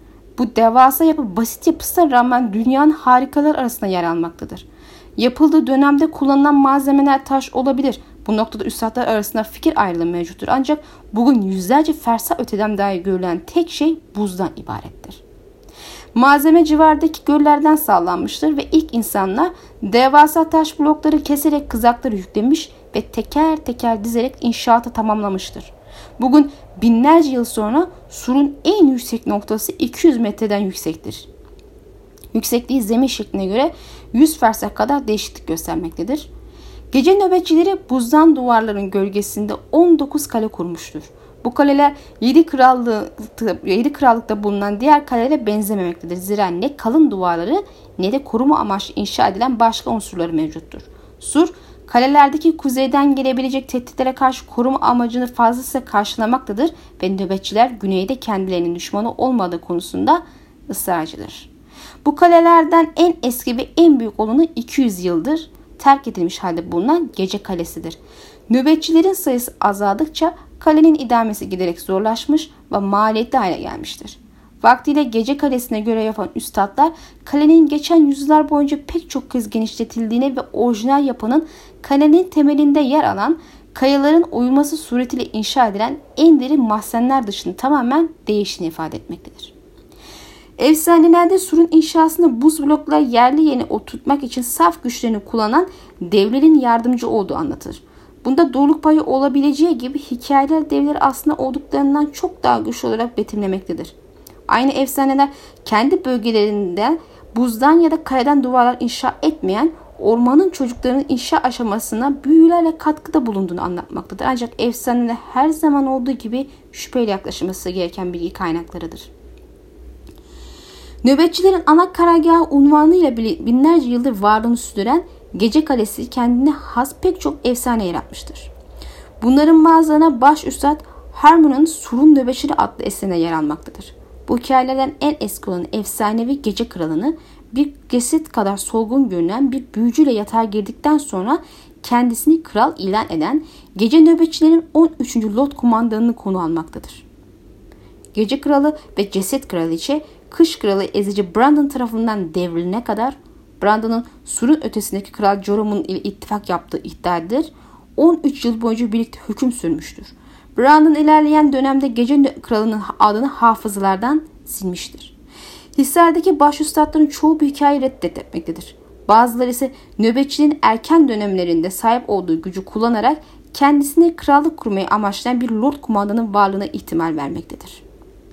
Bu devasa yapı basit yapısına rağmen dünyanın harikalar arasında yer almaktadır. Yapıldığı dönemde kullanılan malzemeler taş olabilir. Bu noktada üstadlar arasında fikir ayrılığı mevcuttur. Ancak bugün yüzlerce fersah öteden dahi görülen tek şey buzdan ibarettir. Malzeme civardaki göllerden sağlanmıştır ve ilk insanlar devasa taş blokları keserek kızakları yüklemiş, ve teker teker dizerek inşaatı tamamlamıştır. Bugün binlerce yıl sonra surun en yüksek noktası iki yüz metreden yüksektir. Yüksekliği zemin şekline göre yüz fersah kadar değişiklik göstermektedir. Gece nöbetçileri buzdan duvarların gölgesinde on dokuz kale kurmuştur. Bu kaleler yedi krallıkta, yedi krallıkta bulunan diğer kalelere benzememektedir. Zira ne kalın duvarları ne de koruma amaçlı inşa edilen başka unsurları mevcuttur. Sur, kalelerdeki kuzeyden gelebilecek tehditlere karşı koruma amacını fazlasıyla karşılamaktadır ve nöbetçiler güneyde kendilerinin düşmanı olmadığı konusunda ısrarcıdır. Bu kalelerden en eski ve en büyük olanı iki yüz yıldır terk edilmiş halde bulunan Gece Kalesi'dir. Nöbetçilerin sayısı azaldıkça kalenin idamesi giderek zorlaşmış ve maliyetli hale gelmiştir. Vaktiyle Gece Kalesi'ne görev yapan üstadlar kalenin geçen yüzyıllar boyunca pek çok kez genişletildiğine ve orijinal yapının kalenin temelinde yer alan kayaların oyulması suretiyle inşa edilen en derin mahzenler dışında tamamen değiştiğini ifade etmektedir. Efsanelerde surun inşasında buz bloklar yerli yerine oturtmak için saf güçlerini kullanan devlerin yardımcı olduğu anlatılır. Bunda doğruluk payı olabileceği gibi hikayeler devleri aslında olduklarından çok daha güçlü olarak betimlemektedir. Aynı efsaneler kendi bölgelerinde buzdan ya da kayeden duvarlar inşa etmeyen ormanın çocuklarının inşa aşamasına büyülerle katkıda bulunduğunu anlatmaktadır. Ancak efsaneler her zaman olduğu gibi şüpheyle yaklaşılması gereken bilgi kaynaklarıdır. Nöbetçilerin ana karargahı unvanıyla binlerce yıldır varlığını sürdüren Gece Kalesi kendine has pek çok efsane yaratmıştır. Bunların bazılarına baş üstad Harmon'un Surun Nöbetçileri adlı eserine yer almaktadır. Bu hikayelerden en eski olan efsanevi Gece Kralı'nı bir ceset kadar solgun görünen bir büyücüyle yatağa girdikten sonra kendisini kral ilan eden Gece Nöbetçilerin on üçüncü Lot kumandanını konu almaktadır. Gece Kralı ve Ceset Kraliçe Kış Kralı ezici Brandon tarafından devrilene kadar Brandon'un surun ötesindeki Kral Jorahm'un ile ittifak yaptığı iddia edilir. on üç yıl boyunca birlikte hüküm sürmüştür. Brandon ilerleyen dönemde Gece Kralı'nın adını hafızalardan silmiştir. Hisar'daki başüstadların çoğu bu hikayeyi reddetmektedir. Bazıları ise nöbetçinin erken dönemlerinde sahip olduğu gücü kullanarak kendisine krallık kurmayı amaçlayan bir lord kumandanın varlığına ihtimal vermektedir.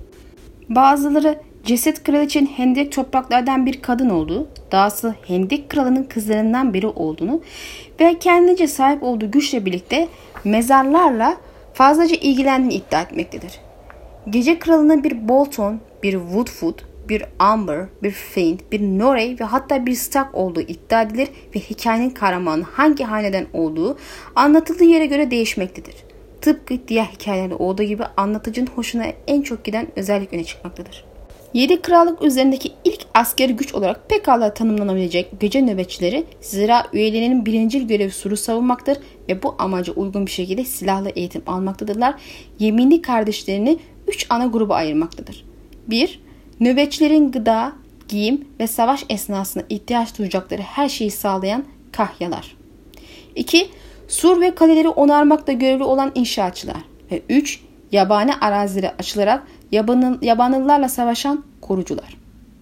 Bazıları Ceset Kraliçenin Hendek topraklardan bir kadın olduğu, dahası Hendek Kralı'nın kızlarından biri olduğunu ve kendince sahip olduğu güçle birlikte mezarlarla fazlaca ilgilendiğini iddia etmektedir. Gece Kralı'na bir Bolton, bir Woodfoot, bir Amber, bir Fiend, bir Norey ve hatta bir Stark olduğu iddia edilir ve hikayenin kahramanı hangi haneden olduğu anlatıldığı yere göre değişmektedir. Tıpkı diğer hikayelerde olduğu gibi anlatıcının hoşuna en çok giden özellik öne çıkmaktadır. Yedi krallık üzerindeki ilk askeri güç olarak pekala tanımlanabilecek gece nöbetçileri zira üyelerinin birincil görevi suru savunmaktır ve bu amaca uygun bir şekilde silahlı eğitim almaktadırlar. Yeminli kardeşlerini üç ana gruba ayırmaktadır. bir Nöbetçilerin gıda, giyim ve savaş esnasında ihtiyaç duyacakları her şeyi sağlayan kahyalar. iki Sur ve kaleleri onarmakla görevli olan inşaatçılar. Ve üç Yabani arazilere açılarak yabanıllarla savaşan korucular.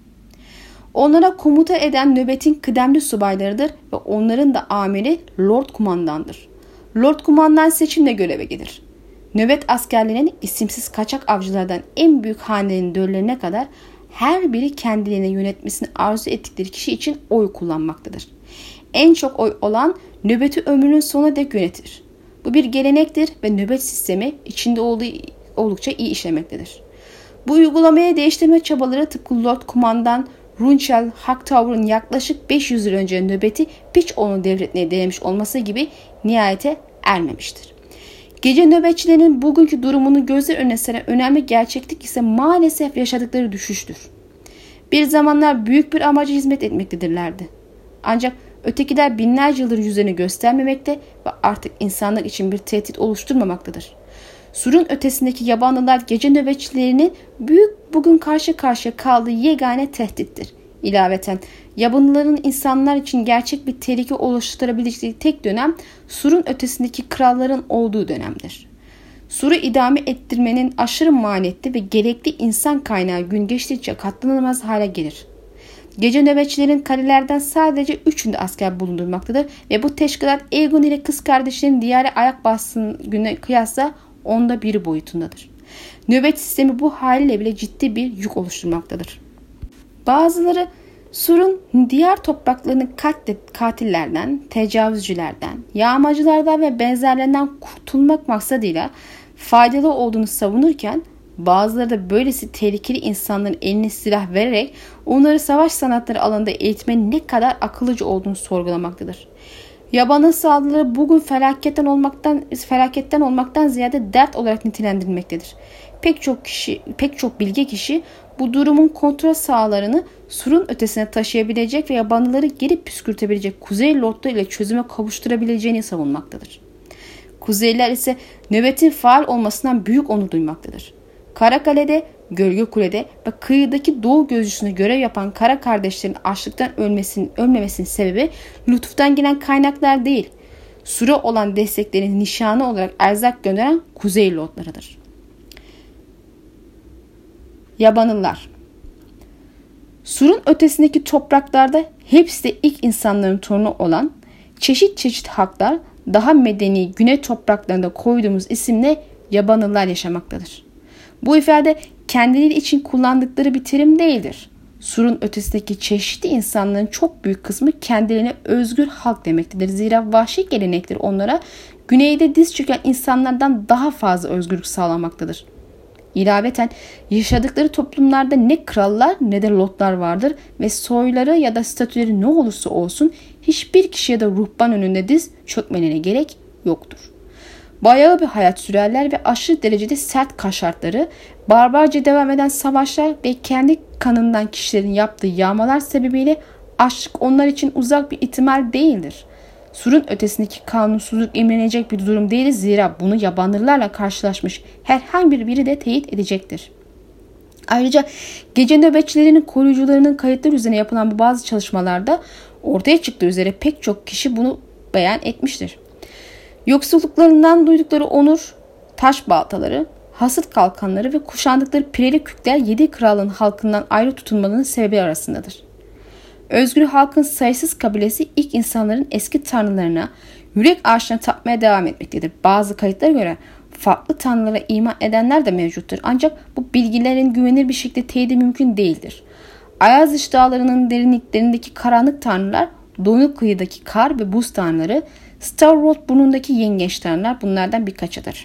Onlara komuta eden nöbetin kıdemli subaylarıdır ve onların da amiri Lord Kumandan'dır. Lord Kumandan seçimle göreve gelir. Nöbet askerlerinin isimsiz kaçak avcılardan en büyük hanenin döllerine kadar her biri kendilerine yönetmesini arzu ettikleri kişi için oy kullanmaktadır. En çok oy olan nöbeti ömrünün sonuna dek yönetir. Bu bir gelenektir ve nöbet sistemi içinde olduğu oldukça iyi işlemektedir. Bu uygulamaya değiştirme çabaları tıpkı Lord Kumandan Runchel Hightower'ın yaklaşık beş yüz yıl önce nöbeti Piçoğlu'nu devretmeye denemiş olması gibi nihayete ermemiştir. Gece nöbetçilerinin bugünkü durumunu gözler önüne seren önemli gerçeklik ise maalesef yaşadıkları düşüştür. Bir zamanlar büyük bir amaca hizmet etmektedirlerdi. Ancak ötekiler binlerce yıldır yüzlerini göstermemekte ve artık insanlık için bir tehdit oluşturmamaktadır. Surun ötesindeki yabanlılar gece nöbetçilerinin büyük bugün karşı karşıya kaldığı yegane tehdittir. İlaveten yabanlıların insanlar için gerçek bir tehlike oluşturabileceği tek dönem surun ötesindeki kralların olduğu dönemdir. Suru idame ettirmenin aşırı maliyetli ve gerekli insan kaynağı gün geçtikçe katlanılmaz hale gelir. Gece nöbetçilerin kalelerden sadece üçünde asker bulundurmaktadır ve bu teşkilat Aegon ile kız kardeşinin diğer ayak bastığı güne kıyasla onda biri boyutundadır. Nöbet sistemi bu haliyle bile ciddi bir yük oluşturmaktadır. Bazıları Sur'un diğer topraklarını katillerden, tecavüzcülerden, yağmacılardan ve benzerlerinden kurtulmak maksadıyla faydalı olduğunu savunurken bazıları da böylesi tehlikeli insanların eline silah vererek onları savaş sanatları alanında eğitmenin ne kadar akıllıca olduğunu sorgulamaktadır. Yabanın saldırıları bugün felaketten olmaktan felaketten olmaktan ziyade dert olarak nitelendirilmektedir. Pek çok kişi, pek çok bilge kişi bu durumun kontrol sahalarını Sur'un ötesine taşıyabilecek ve yabanlıları geri püskürtebilecek Kuzey Lordları ile çözüme kavuşturabileceğini savunmaktadır. Kuzeyliler ise nöbetin faal olmasından büyük onur duymaktadır. Karakale'de, Gölge Kule'de ve kıyıdaki Doğu Gözcüsü'nde görev yapan kara kardeşlerin açlıktan ölmesinin, ölmemesinin sebebi lütuftan gelen kaynaklar değil, Sur'a olan desteklerinin nişanı olarak erzak gönderen Kuzey Lordlarıdır. Yabanlılar. Sur'un ötesindeki topraklarda hepsi de ilk insanların torunu olan çeşit çeşit halklar daha medeni güney topraklarında koyduğumuz isimle yabanlılar yaşamaktadır. Bu ifade kendileri için kullandıkları bir terim değildir. Sur'un ötesindeki çeşitli insanların çok büyük kısmı kendilerine özgür halk demektedir. Zira vahşi gelenekler onlara güneyde diz çöken insanlardan daha fazla özgürlük sağlamaktadır. İlaveten yaşadıkları toplumlarda ne krallar ne de lordlar vardır ve soyları ya da statüleri ne olursa olsun hiçbir kişiye de ruhban önünde diz çökmelerine gerek yoktur. Bayağı bir hayat sürerler ve aşırı derecede sert kar şartları, barbarca devam eden savaşlar ve kendi kanından kişilerin yaptığı yağmalar sebebiyle açlık onlar için uzak bir ihtimal değildir. Sur'un ötesindeki kanunsuzluk imrenecek bir durum değil, zira bunu yabanlılarla karşılaşmış herhangi biri de teyit edecektir. Ayrıca gece nöbetçilerinin koruyucularının kayıtları üzerine yapılan bu bazı çalışmalarda ortaya çıktığı üzere pek çok kişi bunu beyan etmiştir. Yoksulluklarından duydukları onur, taş baltaları, hasıt kalkanları ve kuşandıkları pireli kükler yedi kralın halkından ayrı tutulmalarının sebebi arasındadır. Özgür halkın sayısız kabilesi ilk insanların eski tanrılarına, yürek ağaçlarına tapmaya devam etmektedir. Bazı kayıtlara göre farklı tanrılara iman edenler de mevcuttur. Ancak bu bilgilerin güvenilir bir şekilde teyidi mümkün değildir. Ayazış dağlarının derinliklerindeki karanlık tanrılar, Donuk kıyıdaki kar ve buz tanrıları, Starrod burnundaki yengeç tanrılar bunlardan birkaçıdır.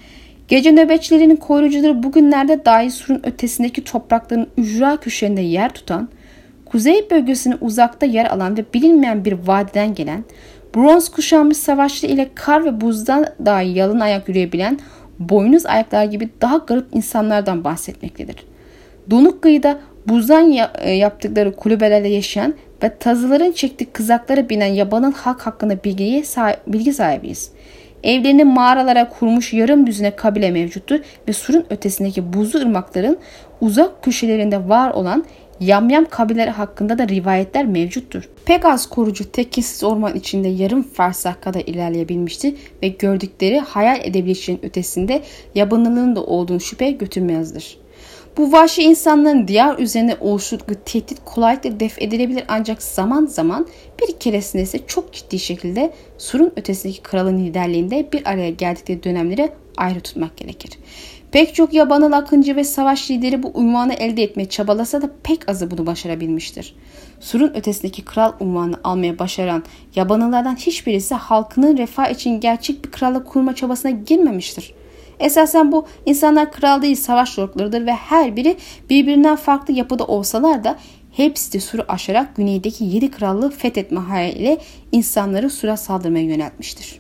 Gece nöbetçilerinin koruyucuları bugünlerde dahi Sur'un ötesindeki toprakların ücra köşelerinde yer tutan, kuzey bölgesine uzakta yer alan ve bilinmeyen bir vadiden gelen, bronz kuşanmış savaşçı ile kar ve buzdan dahi yalın ayak yürüyebilen boynuz ayaklar gibi daha garip insanlardan bahsetmektedir. Donuk kıyıda buzdan yaptıkları kulübelerle yaşayan ve tazıların çektiği kızaklara binen yabanın halk hakkında bilgiye sahip, bilgi sahibiyiz. Evlerini mağaralara kurmuş yarım düzine kabile mevcuttur ve Sur'un ötesindeki buzlu ırmakların uzak köşelerinde var olan yamyam kabileleri hakkında da rivayetler mevcuttur. Pek az korucu tekinsiz orman içinde yarım fersah kadar ilerleyebilmiştir ve gördükleri hayal edebileceğinin ötesinde yabanılığın da olduğunu şüphe götürmezdir. Bu vahşi insanların diyar üzerine oluşturduğu tehdit kolaylıkla def edilebilir ancak zaman zaman bir keresinde ise çok ciddi şekilde Sur'un ötesindeki kralın liderliğinde bir araya geldikleri dönemleri ayrı tutmak gerekir. Pek çok yabanıl akıncı ve savaş lideri bu unvanı elde etmeye çabalasa da pek azı bunu başarabilmiştir. Sur'un ötesindeki kral unvanını almaya başaran yabanıllardan hiçbirisi halkının refah için gerçek bir krallık kurma çabasına girmemiştir. Esasen bu insanlar kral değil savaş lordlarıdır ve her biri birbirinden farklı yapıda olsalar da hepsi de Sur'u aşarak güneydeki yedi krallığı fethetme hayaliyle insanları Sur'a saldırmaya yöneltmiştir.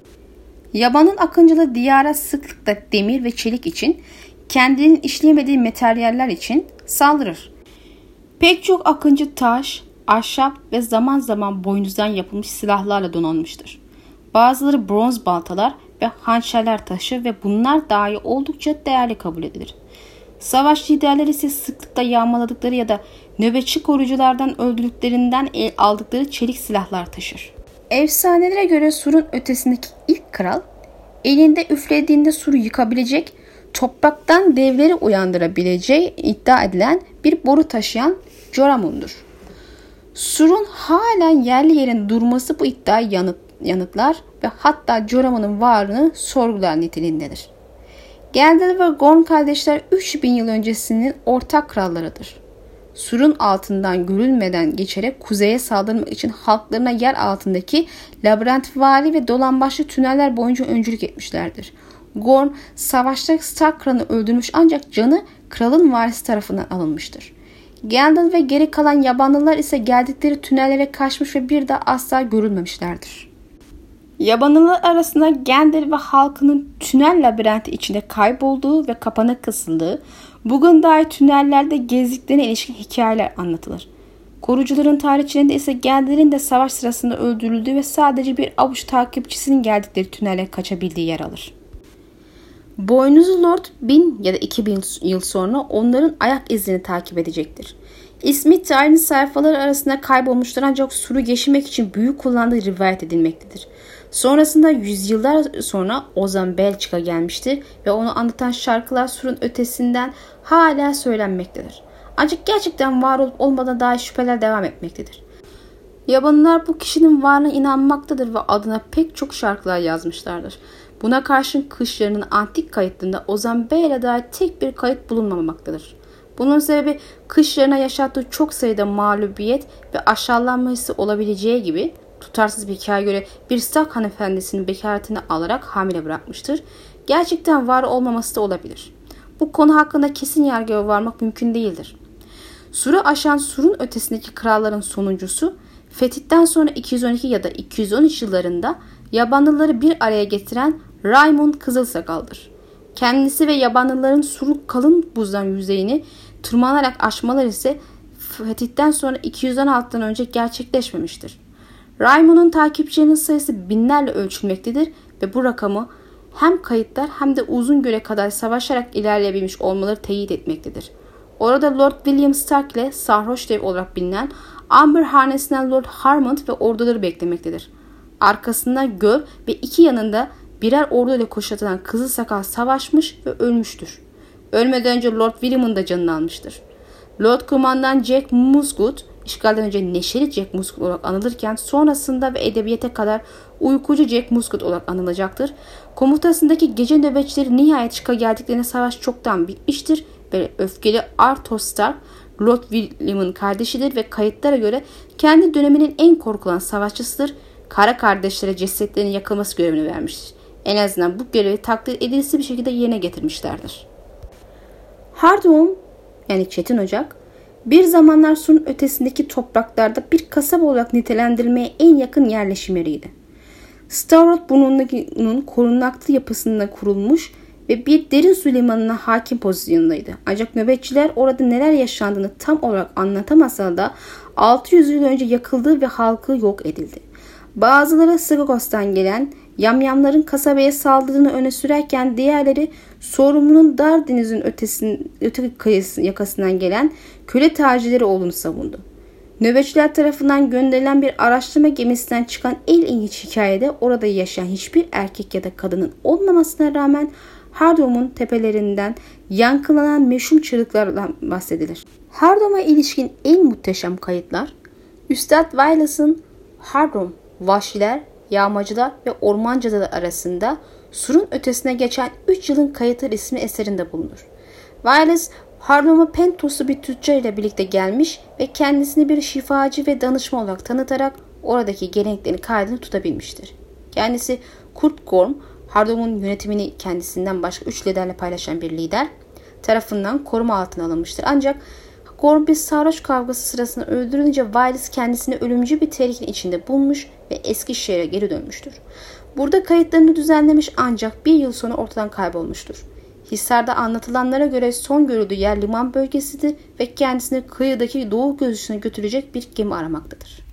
Yabanın akıncılığı diyara sıklıkla demir ve çelik için, kendinin işleyemediği materyaller için saldırır. Pek çok akıncı taş, ahşap ve zaman zaman boynuzdan yapılmış silahlarla donanmıştır. Bazıları bronz baltalar ve hançerler taşır ve bunlar dahi oldukça değerli kabul edilir. Savaş liderleri ise sıklıkla yağmaladıkları ya da nöbetçi koruyuculardan öldürdüklerinden el aldıkları çelik silahlar taşır. Efsanelere göre Sur'un ötesindeki ilk kral, elinde üflediğinde Sur'u yıkabilecek, topraktan devleri uyandırabileceği iddia edilen bir boru taşıyan Joramun'dur. Sur'un halen yerli yerinde durması bu iddiayı yanıt, yanıtlar ve hatta Jorahmon'un varlığını sorgular niteliğindedir. Gendel ve Gorm kardeşler üç bin yıl öncesinin ortak krallarıdır. Sur'un altından görülmeden geçerek kuzeye saldırmak için halklarına yer altındaki labirentvari ve dolambaçlı tüneller boyunca öncülük etmişlerdir. Gorm savaşta Stark kralını öldürmüş ancak canı kralın varisi tarafından alınmıştır. Gandalf ve geri kalan yabanlılar ise geldikleri tünellere kaçmış ve bir daha asla görülmemişlerdir. Yabanlılar arasında Gandalf ve halkının tünel labirenti içinde kaybolduğu ve kapana kısıldığı, bugün dahi tünellerde gezdiklerine ilişkin hikayeler anlatılır. Korucuların tarihçilerinde ise Gandalf'in de savaş sırasında öldürüldüğü ve sadece bir avuç takipçisinin geldikleri tünele kaçabildiği yer alır. Boynuzlu Lord bin ya da iki bin yıl sonra onların ayak izlerini takip edecektir. İsmi tarihin sayfaları arasında kaybolmuştur ancak Sur'u geçirmek için büyü kullandığı rivayet edilmektedir. Sonrasında yüzyıllar sonra Ozan Belçika gelmiştir ve onu anlatan şarkılar Sur'un ötesinden hala söylenmektedir. Ancak gerçekten var olup olmadığına dair şüpheler devam etmektedir. Yabanlılar bu kişinin varlığına inanmaktadır ve adına pek çok şarkılar yazmışlardır. Buna karşın kışlarının antik kayıtlarında Ozan Bey'le dair tek bir kayıt bulunmamaktadır. Bunun sebebi kışlarına yaşattığı çok sayıda mağlubiyet ve aşağılanma hissi olabileceği gibi tutarsız bir hikayeye göre bir Stark hanımefendisinin bekaretini alarak hamile bırakmıştır. Gerçekten var olmaması da olabilir. Bu konu hakkında kesin yargıya varmak mümkün değildir. Sur'u aşan Sur'un ötesindeki kralların sonuncusu, fetihten sonra iki yüz on iki ya da iki yüz on üç yıllarında yabanlıları bir araya getiren Raymond Kızılsakal'dır. Kendisi ve yabanlıların Sur'un kalın buzdan yüzeyini tırmanarak aşmaları ise fetihten sonra iki yüz on altıdan önce gerçekleşmemiştir. Raymond'un takipçilerinin sayısı binlerle ölçülmektedir ve bu rakamı hem kayıtlar hem de uzun göre kadar savaşarak ilerleyebilmiş olmaları teyit etmektedir. Orada Lord William Stark ile Sarhoş Dev olarak bilinen Amber hanesinden Lord Harmond ve orduları beklemektedir. Arkasında göl ve iki yanında birer ordu ile kuşatılan Kızılsakal savaşmış ve ölmüştür. Ölmeden önce Lord William'ın da canını almıştır. Lord Kumandan Jack Musgood, işgalden önce Neşeli Jack Musgood olarak anılırken sonrasında ve edebiyete kadar Uykucu Jack Musgood olarak anılacaktır. Komutasındaki gece nöbetçileri nihayet çıka geldiklerinde savaş çoktan bitmiştir ve öfkeli Arthur Stark, Lord William'ın kardeşidir ve kayıtlara göre kendi döneminin en korkulan savaşçısıdır. Kara kardeşlere cesetlerinin yakılması görevini vermiştir. En azından bu görevi takdir edilisi bir şekilde yerine getirmişlerdir. Hardhome yani Çetin Ocak bir zamanlar Sur'un ötesindeki topraklarda bir kasaba olarak nitelendirilmeye en yakın yerleşim yeriydi. Stavros burnunun korunaklı yapısında kurulmuş ve bir derin su limanına hakim pozisyondaydı. Ancak nöbetçiler orada neler yaşandığını tam olarak anlatamasa da altı yüz yıl önce yakıldı ve halkı yok edildi. Bazıları Sigogos'tan gelen yamyamların kasabaya saldırdığını öne sürerken diğerleri sorumlunun dar denizin ötesinin, öteki kıyısı, yakasından gelen köle tacirleri olduğunu savundu. Nöbetçiler tarafından gönderilen bir araştırma gemisinden çıkan en ilginç hikayede orada yaşayan hiçbir erkek ya da kadının olmamasına rağmen Hardhome'un tepelerinden yankılanan meşhur çığlıklardan bahsedilir. Hardhome'a ilişkin en muhteşem kayıtlar Üstad Wallace'ın Hardhome, Vahşiler, Yağmacılar ve Ormancılar arasında Sur'un ötesine geçen üç yılın kayıtları isimli eserinde bulunur. Wallace, Hardhome'a Pentoslu bir tüccar ile birlikte gelmiş ve kendisini bir şifacı ve danışma olarak tanıtarak oradaki geleneklerin kaydını tutabilmiştir. Kendisi Kurt Gorm, Hardhome'un yönetimini kendisinden başka üç liderle paylaşan bir lider tarafından koruma altına alınmıştır. Ancak Gorm bir sarhoş kavgası sırasında öldürülünce Wallace kendisini ölümcül bir tehlikenin içinde bulmuş ve Eskişehir'e geri dönmüştür. Burada kayıtlarını düzenlemiş ancak bir yıl sonra ortadan kaybolmuştur. Hisar'da anlatılanlara göre son görüldüğü yer liman bölgesidir ve kendisini kıyıdaki doğu gözüne götürecek bir gemi aramaktadır.